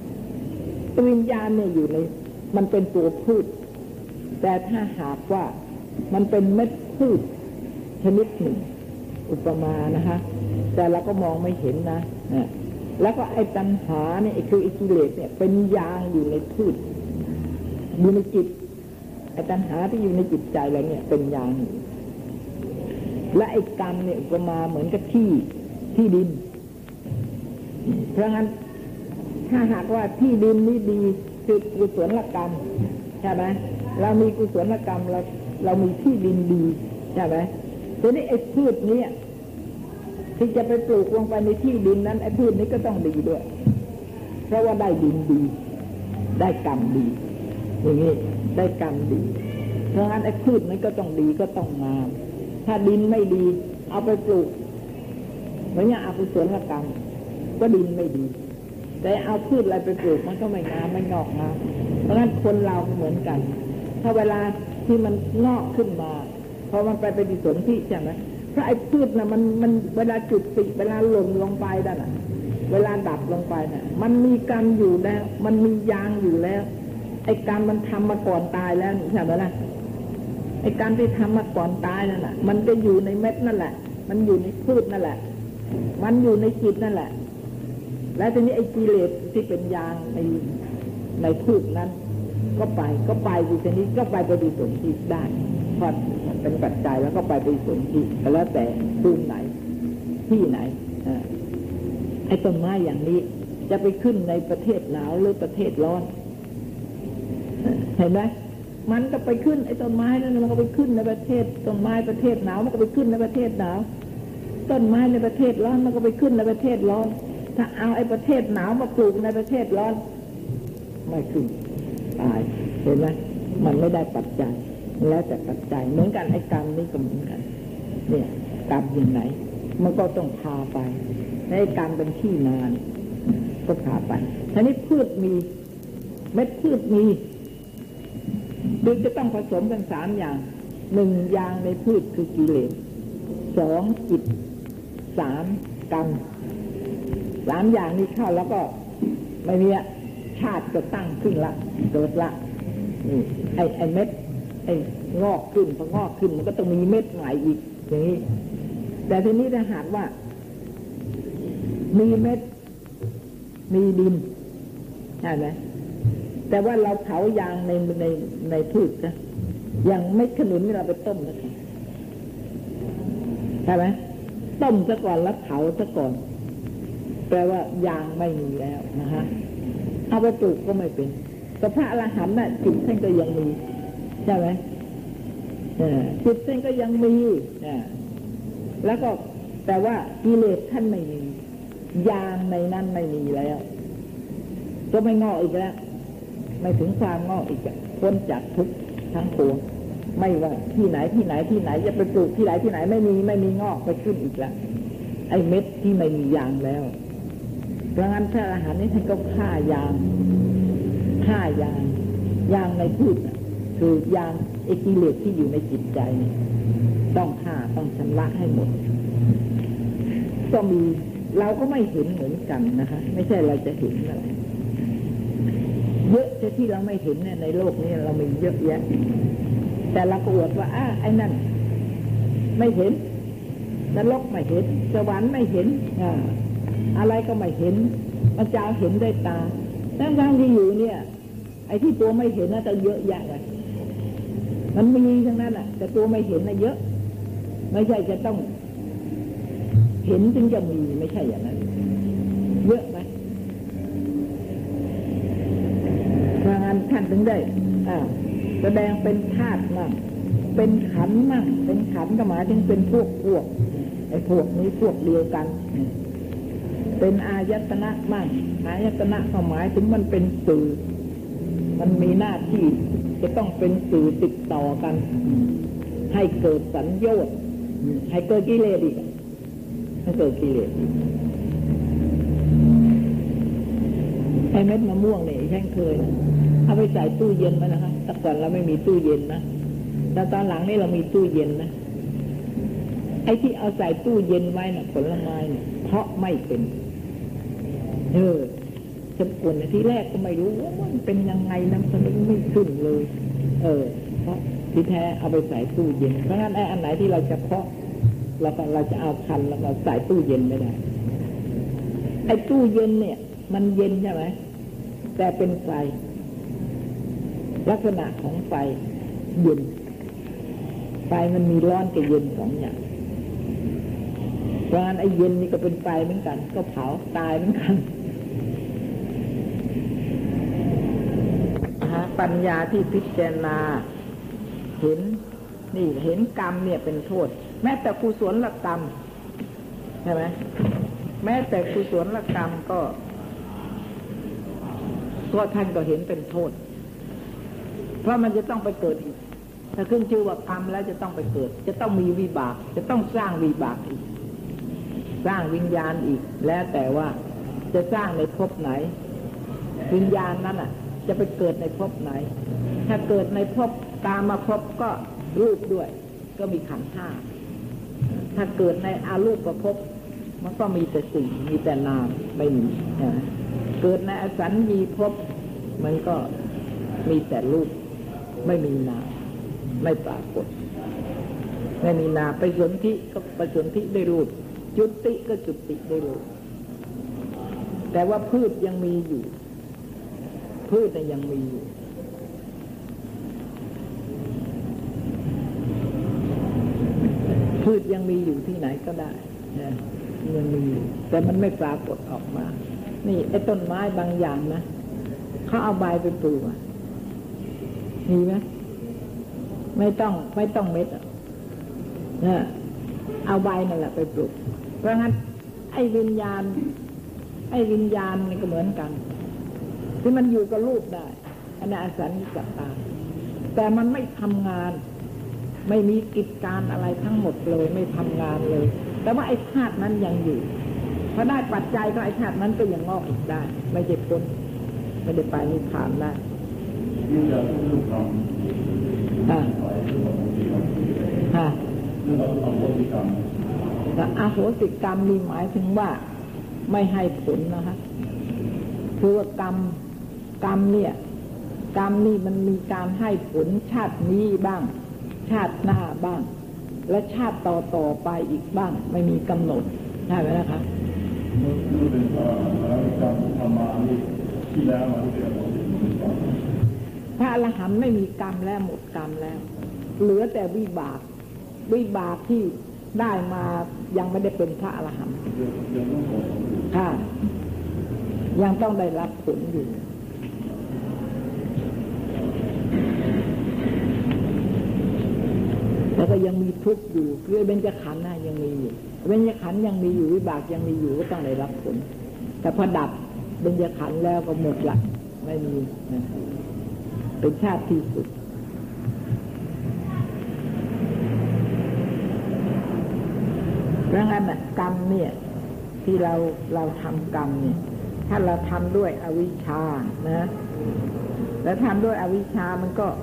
เนี่ยอยู่ในมันเป็นตัวพืชแต่ถ้าหากว่ามันเป็นเม็ดพืชชนิดหนึ่งอุปมานะคะแต่เราก็มองไม่เห็นนะแล้วก็ไอ้ตัณหาเนี่ยคือไอ้กิเลสเนี่ยเป็นยางอยู่ในพืชอยู่ในจิตไอ้ตัณหาที่อยู่ในจิตใจอะไรเนี่ยเป็นยางและไอ้กรรมเนี่ยอุปมาเหมือนกับที่ดินเพราะงั้นถ้าหากว่าที่ดินนี้ดีคือกุศลกรรมใช่ไหมเรามีกุศลกรรมเรามีที่ดินดีใช่ไหมทีนี้ไอ้พืชนี้ที่จะไปปลูกลงไปในที่ดินนั้นไอ้พืชนี้ก็ต้องดีด้วยเพราะว่าได้ดินดีได้กรรมดีอย่างนี้ได้กรรมดีเพราะงั้นไอ้พืชนั้นก็ต้องดีก็ต้องงามถ้าดินไม่ดีเอาไปปลูกเหมือนอย่างอกุศลกรรมก็ดินไม่ดีแต่เอาพืชอะไรไปปลูกมันก็ไม่งามไม่งอกงามเพราะงั้นคนเราเหมือนกันถ้าเวลาที่มันงอกขึ้นมาพอมันไปปฏิสนธิใช่ไหมเพราะไอ้พืชน่ะมันเวลาจุติเวลาหล่นลงไปนั่นน่ะเวลาดับลงไปน่ะมันมีกรรมอยู่แล้วมันมียางอยู่แล้วไอ้กรรมมันทำมาก่อนตายแล้วใช่ไหมล่ะไอ้กรรมที่ทำมาก่อนตายนั่นน่ะมันจะอยู่ในเม็ดนั่นแหละมันอยู่ในพืชนั่นแหละมันอยู่ในจิตนั่นแหละแล้วทีนี้ไอ้กิเลสที่เป็นยางในพืชนั้นก็ไปอยู่ทีนี้ก็ไปปฏิสนธิได้พอเป็นปัจจัยแล้วก็ไปปฏิสนธิแล้วแต่ภูมิไหนที่ไหนไอ้ต้นไม้อย่างนี้จะไปขึ้นในประเทศหนาวหรือประเทศร้อนเห็นไหมมันก็ไปขึ้นไอ้ต้นไม้นั่นมันก็ไปขึ้นในประเทศต้นไม้ประเทศหนาวมันก็ไปขึ้นในประเทศหนาวต้นไม้ในประเทศร้อนมันก็ไปขึ้นในประเทศร้อนถ้าเอาไอ้ประเทศหนาวมาปลูกในประเทศร้อนไม่ขึ้นตายเห็นไหมมันไม่ได้ปัจจัยแล้วแต่ปัจจัยเหมือนกันไอ้กรรมนี่ก็เหมือนกันเนี่ยกรรมอย่างไหนมันก็ต้องพาไปในกรรมเป็นที่นานก็พาไปทีนี้พืชมีเม็ดพืชมีโดยจะต้องผสมกัน3อย่าง1อย่างในพืชคือกิเลส2จิต3กรรม3อย่างนี้เข้าแล้วก็ไม่มีชาติก็ตั้งขึ้นละเกิดละนี่ไอ้เม็ดไอ้งอกขึ้นพองอกขึ้นมันก็ต้องมีเม็ดใหม่อีกอย่างนี้แต่ทีนี้ถ้าหากว่ามีเม็ดมีดินใช่ไหมแต่ว่าเราเผายางในพืชนะอย่างเม็ดขนุนนี่เราไปต้มนะใช่ไหมต้มซะก่อนแล้วเผาซะก่อนแปลว่ายางไม่มีแล้วนะฮะเอาไปปลูกก็ไม่เป็นแต่พระอรหันต์น่ะจิตท่านก็ยังมีใช่ไหมจิตท่านก็ยังมีแล้วก็แต่ว่ากิเลสท่านไม่มียางในนั้นไม่มีแล้วก็ไม่งอกอีกแล้วไม่ถึงความงอกอีกพ้นจากทุกข์ทั้งปวงไม่ว่าที่ไหนจะไปปลูกที่ไหนไม่มีงอกไปขึ้นอีกแล้วไอ้เม็ดที่ไม่มียางแล้วเพราะงั้นพระอรหันต์นี่ท่านก็ฆ่ายางในพืชคือยางไอ้กิเลสที่อยู่ในจิตใจต้องฆ่าต้องชำระให้หมดก็มีเราก็ไม่เห็นเหมือนกันนะคะไม่ใช่เราจะเห็นอะไรเยอะแต่ที่เราไม่เห็นเนี่ยในโลกนี้เรามีเยอะแยะแต่เราก็อวดว่าไอ้นั่นไม่เห็นนรกไม่เห็นสวรรค์ไม่เห็นอะไรก็ไม่เห็นมันจะเห็นด้วยตาทั้งที่อยู่เนี่ยไอ้ที่ตัวไม่เห็นน่าจะเยอะแยะเลยมันมีทั้งนั้นแหละแต่ตัวไม่เห็นน่ะเยอะไม่ใช่จะต้องเห็นจึงจะมีไม่ใช่อย่างนั้นเยอะไหมเพราะงั้นท่านถึงได้แสดงเป็นธาตุมั่งเป็นขันธ์มั่งเป็นขันธ์ก็หมายถึงเป็นพวกไอ้พวกนี้พวกเดียวกันเป็นอายตนะมั่งอายตนะก็หมายถึงมันเป็นสื่อมันมีหน้าที่จะต้องเป็นสื่อติดต่อกันให้เกิดสัญโยชน์ให้เกิดกิเลสอีกให้เกิดกิเลสไอ้เม็ดมะม่วงเนี่ยฉันเคยเอาไปใส่ตู้เย็นมานะคะแต่ก่อนเราไม่มีตู้เย็นนะแต่ตอนหลังนี่เรามีตู้เย็นนะไอ้ที่เอาใส่ตู้เย็นไว้น่ะผลไม้เนี่ยเพราะไม่เป็นจะกวนที่แรกก็ไม่รู้ว่ามันเป็นยังไงนะมันไม่ขึ้นเลยเพราะที่แท้เอาไปใส่ตู้เย็นเพราะงั้นไอ้อันไหนที่เราจะเพาะเราจะเอาคันแล้วเราใส่ตู้เย็นไม่ได้ไอ้ตู้เย็นเนี่ยมันเย็นใช่ไหมแต่เป็นไฟลักษณะของไฟเย็นไฟมันมีร้อนกับเย็นสองอย่างเพราะงั้นไอ้เย็นนี่ก็เป็นไฟเหมือนกันก็เผาตายเหมือนกันปัญญาที่พิจารณาเห็นกรรมเนี่ยเป็นโทษแม้แต่กุศลกรรมใช่ไหมแม้แต่กุศลกรรมก็ตัวท่านก็เห็นเป็นโทษเพราะมันจะต้องไปเกิดอีกถ้าขึ้นชื่อว่ากรรมแล้วจะต้องไปเกิดจะต้องมีวิบากจะต้องสร้างวิบากอีกสร้างวิญญาณอีกแล้วแต่ว่าจะสร้างในภพไหนวิญญาณนั้นจะไปเกิดในภพไหนถ้าเกิดในภพกามภพก็รูปด้วยก็มีขันธ์ห้าถ้าเกิดในอารูปภพมันก็มีแต่สิ่งมีแต่นามไม่มีเกิดในอสัญญีภพมันก็มีแต่รูปไม่มีนามไม่ปรากฏไม่มีนามไปสนธิก็ไปสนธิได้รูปจุติก็จุติได้รูปแต่ว่าพืชยังมีอยู่พืชยังมีอยู่พืชยังมีอยู่ที่ไหนก็ได้ยังมีอยู่แต่มันไม่ปรากฏออกมานี่ไอ้ต้นไม้บางอย่างนะเขาเอาใบไปปลูกมีไหมไม่ต้องเม็ดเอาใบนั่นแหละไปปลูกเพราะงั้นไอ้วิญญาณนี่ก็เหมือนกันที่มันอยู่กับรูปได้อันนั้นอสัญญิกตาแต่มันไม่ทำงานไม่มีกิจการอะไรทั้งหมดเลยไม่ทำงานเลยแต่ว่าไอ้ธาตุนั้นยังอยู่พอได้ปัจจัยก็ไอ้ธาตุนั้นก็ยังงอกอีกได้ไม่ใช่พ้นไม่ได้ไปนิพพานได้แต่อโหสิกรรมมีหมายถึงว่าไม่ให้ผลนะคะคือว่ากรรมเนี่ยกรรมนี่มันมีการให้ผลชาตินี้บ้างชาติหน้าบ้างและชาติต่อไปอีกบ้างไม่มีกำหนดใช่ไหมนะคะพระอรหันต์ไม่มีกรรมแล้วหมดกรรมแล้วเหลือแต่วิบากที่ได้มายังไม่ได้เป็นพระอรหันต์ค่ะยังต้องได้รับผลอยู่แล้วก็ยังมีทุกข์อยู่คือเบญจขันธ์ยังมีอยู่เบญจขันธ์ยังมีอยู่วิบากยังมีอยู่ก็ต้องได้รับผลแต่พอดับเบญจขันธ์แล้วก็หมดละไม่มีเป็นชาติที่สุดเพราะงั้นกรรมเนี่ยที่เราทำกรรมเนี่ยถ้าเราทำด้วยอวิชชานะแล้วทำด้วยอวิชชามันก็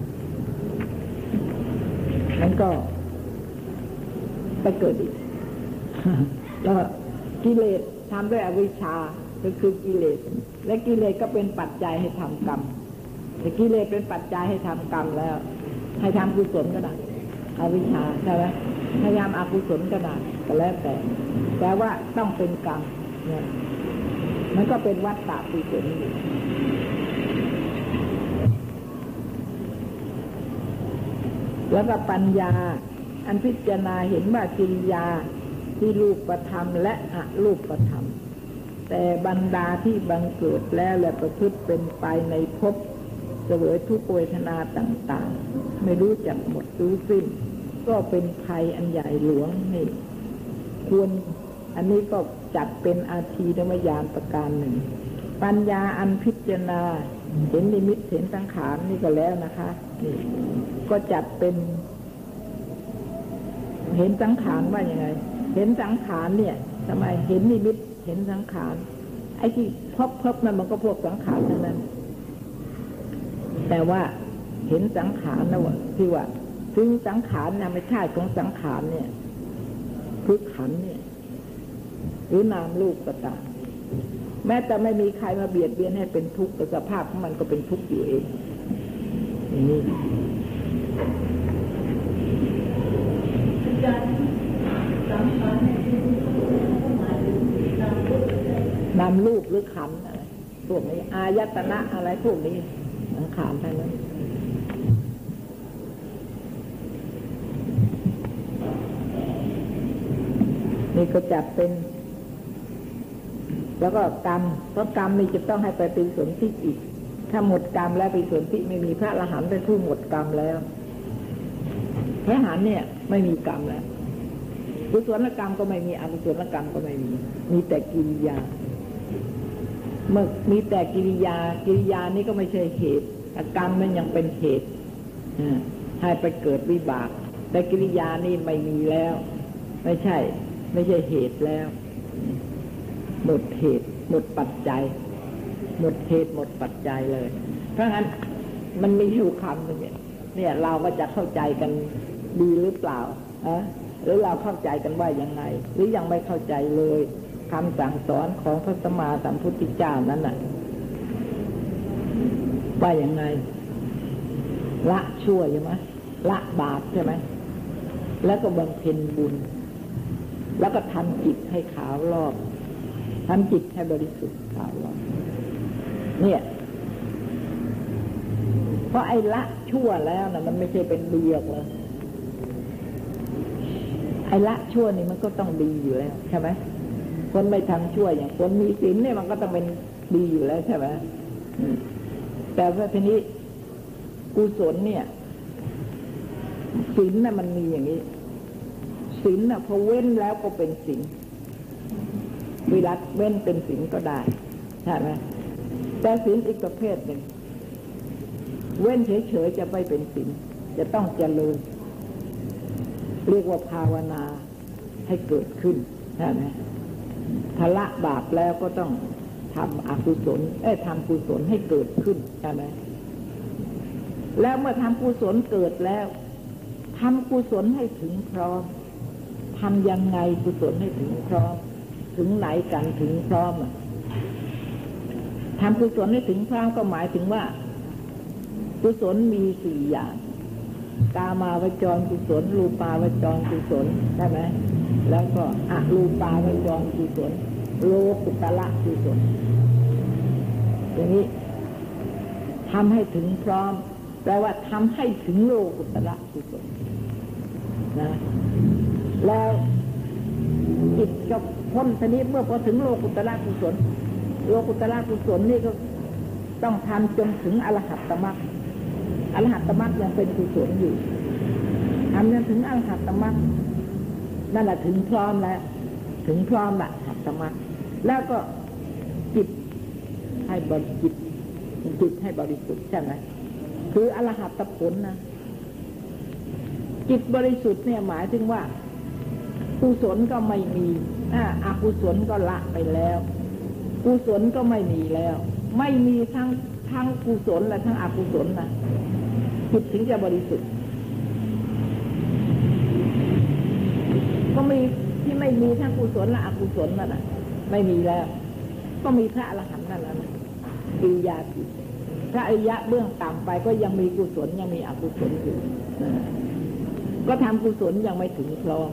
ไปเกิดอีกแล้วกิเลสทำด้วยอวิชชาก็คือกิเลสและกิเลสก็เป็นปัจจัยให้ทำกรรมแต่กิเลสเป็นปัจจัยให้ทำกรรมแล้วให้ทำกุศลก็ได้อวิชชาใช่ไหมพยายามอกุศลก็ได้ก็แล้วแต่ว่าต้องเป็นกรรมเนี่ยมันก็เป็นวัฏฏะกุศลอยู่แล้วก็ปัญญาอันพิจารณาเห็นว่ากิริยาที่รูปธรรมและอรูปธรรมแต่บรรดาที่บังเกิดแล้วและประพฤติเป็นไปในภพเสวยทุกขเวทนาต่างๆไม่รู้จักหมดรู้สิ้นก็เป็นภัยอันใหญ่หลวงนี่ควรอันนี้ก็จัดเป็นอาทีนวญาณประการหนึ่งปัญญาอันพิจารณาเห็นนิมิตเห็นสังขารนี่ก็แล้วนะคะนี่ก็จัดเป็นเห็นสังขารว่าอย่างไงเห็นสังขารเนี่ยทำไมเห็นนิมิตเห็นสังขารไอ้ที่พบนั่นมันก็พวกสังขารทั้งนั้นแต่ว่าเห็นสังขารนะว่าที่ว่าซึ่งสังขารนะไม่ใช่ของสังขารเนี่ยคือขันธ์เนี่ยหรือนามรูปก็ตามแม้แต่ไม่มีใครมาเบียดเบียนให้เป็นทุกข์แต่สภาพของมันก็เป็นทุกข์อยู่เองนี่นามรูปหรือขันธ์อะไรพวกนี้อายตนะอะไรพวกนี้สังขารทั้งนั้นนี่ก็จัดเป็นแล้วก็กรรมเพราะกรรมนี่จะต้องให้ไปเป็นสนธิอีกถ้าหมดกรรมแล้วเป็นสนธิไม่มีพระอรหันต์เป็นผู้หมดกรรมแล้วพระอรหันต์เนี่ยไม่มีกรรมแล้วกุศลกรรมก็ไม่มีอกุศลกรรมก็ไม่มีแต่กิริยาเมื่อมีแต่กิริยานี่ก็ไม่ใช่เหตุกรรมมันยังเป็นเหตุให้ไปเกิดวิบากแต่กิริยานี่ไม่มีแล้วไม่ใช่เหตุแล้วหมดเหตุหมดปัจจัยหมดเหตุหมดปัจจัยเลยเพราะงั้นมันมีอยู่คำนึงเนี่ยเราก็จะเข้าใจกันดีหรือเปล่าหรือเราเข้าใจกันว่ายังไงหรือยังไม่เข้าใจเลยคำสั่งสอนของพระสัมมาสัมพุทธเจ้านั้นน่ะว่ายังไงละชั่วใช่ไหมละบาปใช่ไหมแล้วก็บำเพ็ญบุญแล้วก็ทำจิตให้ขาวรอบทำจิตให้บริสุทธิ์ขาวรอบเนี่ยเพราะไอ้ละชั่วแล้วนะมันไม่ใช่เป็นดีหรอกเลยไอ้ละชั่วนี่มันก็ต้องดีอยู่แล้วใช่ไหมคนไม่ทำชั่วอย่างคนมีศีลเนี่ยมันก็ต้องเป็นดีอยู่แล้วใช่ไหมแต่ว่าทีนี้กุศลเนี่ยศีลน่ะมันมีอย่างนี้ศีลน่ะพอเว้นแล้วก็เป็นศีลวิรัติเว้นเป็นศีลก็ได้ใช่ไหมแต่ศีลอีกประเภทหนึ่งเว้นเฉยๆจะไม่เป็นศีลจะต้องเจริญเรียกว่าภาวนาให้เกิดขึ้นใช่ไหมถ้าละบาปแล้วก็ต้องทำอกุศลทำกุศลให้เกิดขึ้นใช่ไหมแล้วเมื่อทำกุศลเกิดแล้วทำกุศลให้ถึงพร้อมทำยังไงกุศลให้ถึงพร้อมถึงไหนกันถึงพร้อมทำกุศลให้ถึงพร้อมก็หมายถึงว่ากุศลมี4อย่างกามาวจรกุศลรูปาวจรกุศลใช่ไหมแล้วก็อรูปาวจรกุศลโลกุตระกุศลอย่างนี้ทำให้ถึงพร้อมแปลว่าทำให้ถึงโลกุตระกุศลนะแล้วจิตก็พ้นทีนี้เมื่อพอถึงโลกุตระกุศลโลกุตระกุศลนี่ก็ต้องทำจนถึงอรหัตตมรรคอรหัตตมรรคยังเป็นกุศลอยู่ทำจนถึงอรหัตตมรรคนั่นแหละถึงพร้อมแล้วถึงพร้อมละอรหัตตมรรคแล้วก็จิตให้บริสุทธิ์จิตให้บริสุทธิ์ใช่ไหมคืออรหัตผลนะจิตบริสุทธิ์เนี่ยหมายถึงว่ากุศลก็ไม่มีอกุศลก็ละไปแล้วกุศลก็ไม่มีแล้วไม่มีทั้งกุศลและทั้งอกุศลนะจิตถึงจะบริสุทธิ์ก็มีที่ไม่มีทั้งกุศลและอกุศลนั่นน่ะไม่มีแล้วก็มีพระอรหันต์นั่นแหละกิริยาจิตพระอริยะเบื้องต่ำไปก็ยังมีกุศลยังมีอกุศลอยู่ก็ทำกุศลยังไม่ถึงพร้อม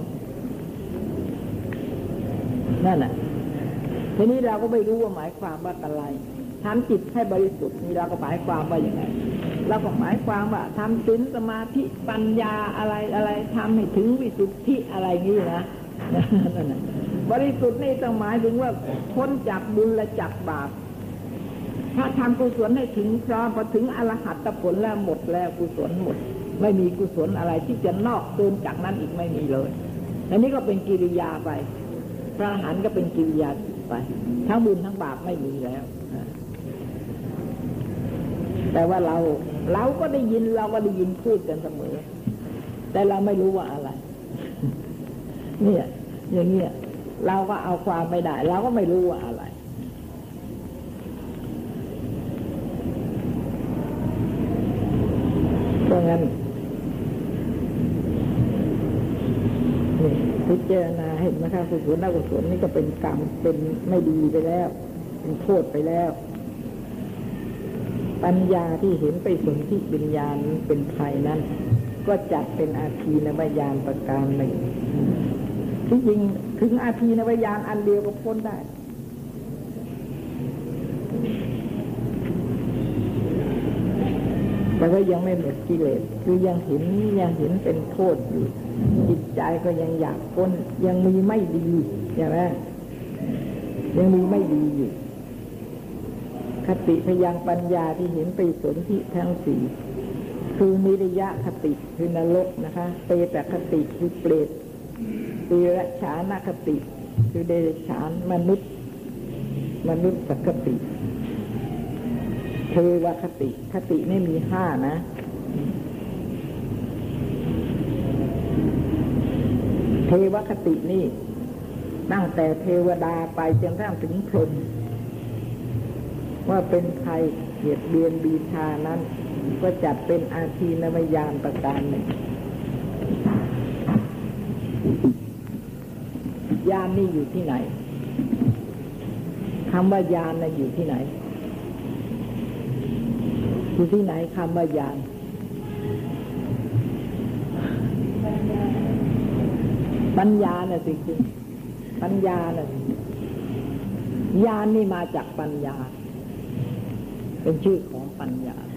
นั่นน่ะทีนี้เราก็ไม่รู้ว่าหมายความว่าอะไรทำจิตให้บริสุทธิ์นี่เราก็หมายความว่าอย่างไรเราก็หมายความว่าทำศีลสมาธิปัญญาอะไรทำให้ถึงวิสุทธิอะไรนี่นะนั่นน่ะบริสุทธิ์นี่ต้องหมายถึงว่าพ้นจากบุญและจากบาปถ้าทำกุศลให้ถึงพร้อมพอถึงอรหัตผลแล้วหมดแล้วกุศลหมดไม่มีกุศลอะไรที่จะนอกเกินจากนั้นอีกไม่มีเลยอันนี้ก็เป็นกิริยาไปพระอรหันต์ก็เป็นกิริยาไปทั้งบุญทั้งบาปไม่มีแล้วแต่ว่าเราก็ได้ยินพูดกันเสมอแต่เราไม่รู้ว่าอะไรเนี่ยอย่างเงี้ยเราก็เอาความไม่ได้เราก็ไม่รู้ว่าอะไรเพราะงั้นพิจารณาเห็นไหมคะกุศลอกุศลนี่ก็เป็นกรรมเป็นไม่ดีไปแล้วเป็นโทษไปแล้วปัญญาที่เห็นไปสนธิวิญญาณเป็นภัยนั้นก็จัดเป็นอาทีนวญาณประการหนึ่งที่จริงถึงอาทีนวญาณอันเดียวก็พ้นได้แต่ก็ยังไม่หมดกิเลสคือยังเห็นเป็นโทษอยู่จิตใจก็ยังอยากพ้นยังมีไม่ดีใช่ไหมยังมีไม่ดีอยู่คติพยังปัญญาที่เห็นไปสนธิทั้งสี่คือนิรยคติคือนรกนะคะเปรตคติคือเปรตติรฉานคติคือเดรัจฉานมนุษย์สักคติเทวคติไม่มีห้านะเทวคตินี่ตั้งแต่เทวดาไปจนกระทั่งถึงพรหมว่าเป็นภัยเบียดเบียนบีชานั้นก็จัดเป็นอาทีนวญาณประการหนึ่งญาณนี่อยู่ที่ไหนคำว่าญาณน่ะอยู่ที่ไหนอยู่ที่ไหนคำว่าญาณปัญญาน่ะสิคุณปัญญาน่ะญาณนี่มาจากปัญญาเป็นชื่อของปัญญา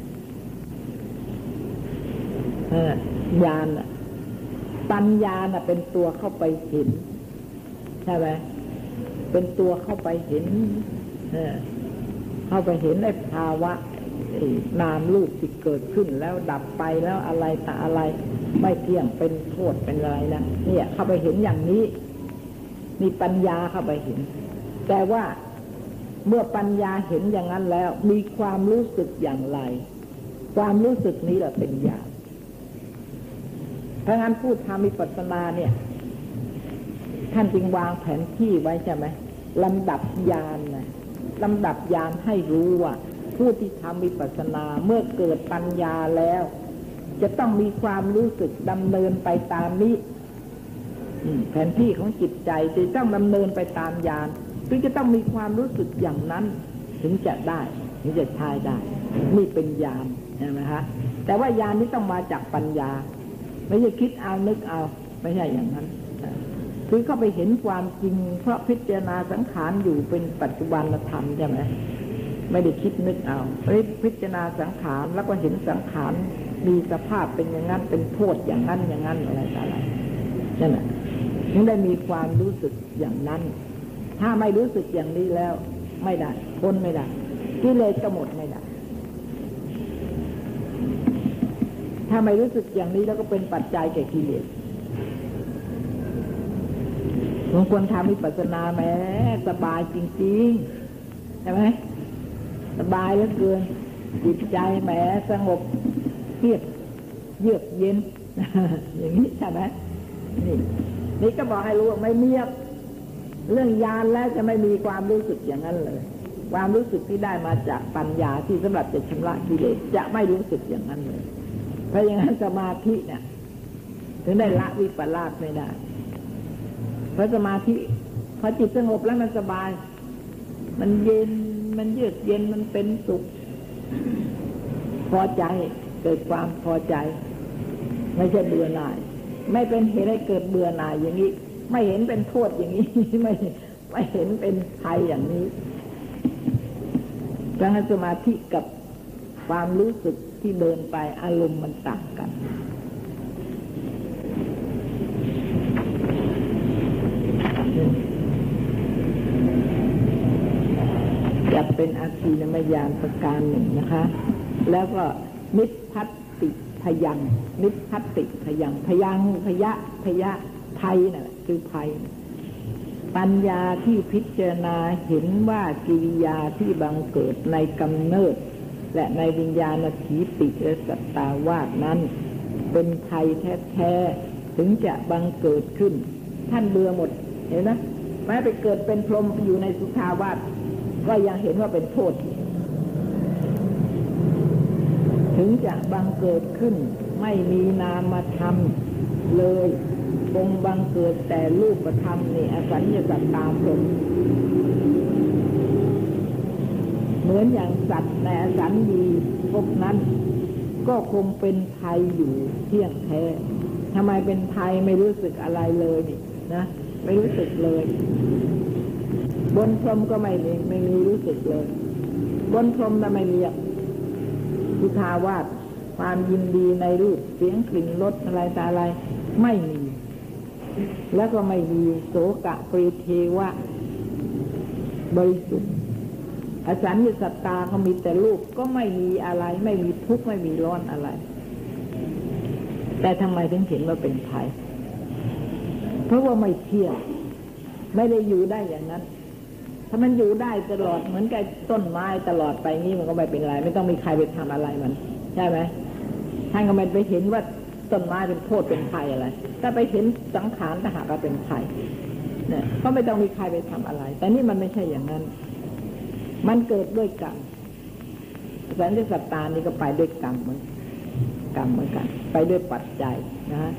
ญาณปัญญาเป็นตัวเข้าไปเห็นใช่ไหมเป็นตัวเข้าไปเห็นเข้าไปเห็นในภาวะนามรูปที่เกิดขึ้นแล้วดับไปแล้วอะไรแต่อะไรไม่เที่ยงเป็นโทษเป็นอะไรนะเนี่ยเข้าไปเห็นอย่างนี้มีปัญญาเข้าไปเห็นแต่ว่าเมื่อปัญญาเห็นอย่างนั้นแล้วมีความรู้สึกอย่างไรความรู้สึกนี้แหละเป็นญาณเพราะงั้นพูดทำวิปัสสนาเนี่ยท่านจึงวางแผนที่ไว้ใช่ไหมลำดับญาณนะลำดับญาณให้รู้ว่าผู้ที่ทำวิปัสสนาเมื่อเกิดปัญญาแล้วจะต้องมีความรู้สึกดำเนินไปตามนี้แผนที่ของจิตใจจะต้องดำเนินไปตามญาณถึงจะต้องมีความรู้สึกอย่างนั้นถึงจะได้ถึงจะใช้ได้นี่เป็นญาณใช่ไหมคะแต่ว่าญาณนี้ต้องมาจากปัญญาไม่ใช่คิดเอานึกเอาไม่ใช่อย่างนั้นคือเข้าไปเห็นความจริงเพราะพิจารณาสังขารอยู่เป็นปัจจุบันธรรมใช่ไหมไม่ได้คิดนึกเอาพิจารณาสังขารแล้วก็เห็นสังขารมีสภาพเป็นอย่างนั้นเป็นโทษอย่างนั้นอย่างนั้นอะไรต่ออะไรนั่นแหละถึงได้มีความรู้สึกอย่างนั้นถ้าไม่รู้สึกอย่างนี้แล้วไม่ได้พ้นไม่ได้กิเลสก็หมดไม่ได้ถ้าไม่รู้สึกอย่างนี้แล้วก็เป็นปัจจัยแก่กิเลสบางคนทำวิปัสสนาแหมสบายจริงๆใช่ไหมสบายเหลือเกินจิตใจแหมสงบเยือกเย็นอย่างนี้ใช่ไหมนี่ก็บอกให้รู้ว่าไม่มีเรื่องญาณแล้วจะไม่มีความรู้สึกอย่างนั้นเลยความรู้สึกที่ได้มาจากปัญญาที่สำหรับจะชำระกิเลสจะไม่รู้สึกอย่างนั้นเลยเพราะอย่างนั้นสมาธิเนี่ยถึงได้ละวิปลาสไม่ได้เพราะสมาธิพอจิตสงบแล้วมันสบายมันเย็นมันเยือกเย็นมันเป็นสุขพอใจเกิดความพอใจไม่ใช่เบื่อหน่ายไม่เป็นเหตุให้เกิดเบื่อหน่ายอย่างนี้ไม่เห็นเป็นโทษอย่างนี้ไม่เห็นเป็นภัยอย่างนี้ดังนั้นสมาธิกับความรู้สึกที่เดินไปอารมณ์มันต่างกันเป็นอาคีนมยานประการหนึ่งนะคะแล้วก็นิพพัตติพยังนิพพัตติพยังพยังพยะภัยนั่นแหละคือภัยปัญญาที่พิจารณาเห็นว่ากิริยาที่บังเกิดในกำเนิดและในวิญญาณถีติและสัตตาวาสนั้นเป็นภัยแท้ๆถึงจะบังเกิดขึ้นท่านเบื่อหมดเห็นไหมแม้ไปเกิดเป็นพรหมอยู่ในสุทาวาสก็ยังเห็นว่าเป็นโทษถึงจะบังเกิดขึ้นไม่มีนามธรรมเลยคงบังเกิดแต่รูปธรรมนี่อสัญญสัตตาพรหมเหมือนอย่างสัตว์ในอสัญญีพวกนั้นก็คงเป็นภัยอยู่เที่ยงแท้ทำไมเป็นภัยไม่รู้สึกอะไรเลยนี่นะไม่รู้สึกเลยบนพรหมก็ไม่มีรู้สึกเลยบนพรหมน่ะไม่มีสุทาวาสความยินดีในรูปเสียงกลิ่นรสอะไรแต่อะไรไม่มีแล้วก็ไม่มีโสกะปริเทวะบริสุทธิ์อสัญญสัตตาเขามีแต่รูปก็ไม่มีอะไรไม่มีทุกข์ไม่มีร้อนอะไรแต่ทำไมถึงเห็นว่าเป็นภัยเพราะว่าไม่เที่ยงไม่ได้อยู่ได้อย่างนั้นถ้ามันอยู่ได้ตลอดเหมือนกับต้นไม้ตลอดไปนี่มันก็ไม่เป็นไรไม่ต้องมีใครไปทำอะไรมันใช่ไหมท่านก็ไม่ไปเห็นว่าต้นไม้เป็นโทษเป็นภัยอะไรถ้าไปเห็นสังขารถ้าหากว่าเป็นภัยเนี่ยก็ไม่ต้องมีใครไปทำอะไรแต่นี่มันไม่ใช่อย่างนั้นมันเกิดด้วยกรรมสัญญสัตตานี่ก็ไปด้วยกรรมเหมือนกันไปด้วยปัจจัยนะ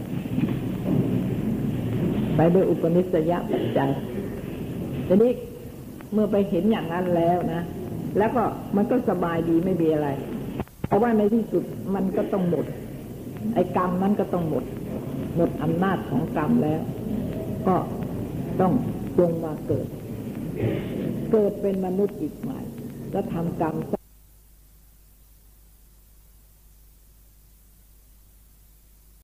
ไปด้วยอุปนิสัยปัจจัยทีนี้เมื่อไปเห็นอย่างนั้นแล้วนะแล้วก็มันก็สบายดีไม่มีอะไรเพราะว่าในที่สุดมันก็ต้องหมดไอ้กรรมนั้นก็ต้องหมดอำนาจของกรรมแล้วก็ต้องลงมาเกิดเป็นมนุษย์อีกใหม่แล้วทำกรรม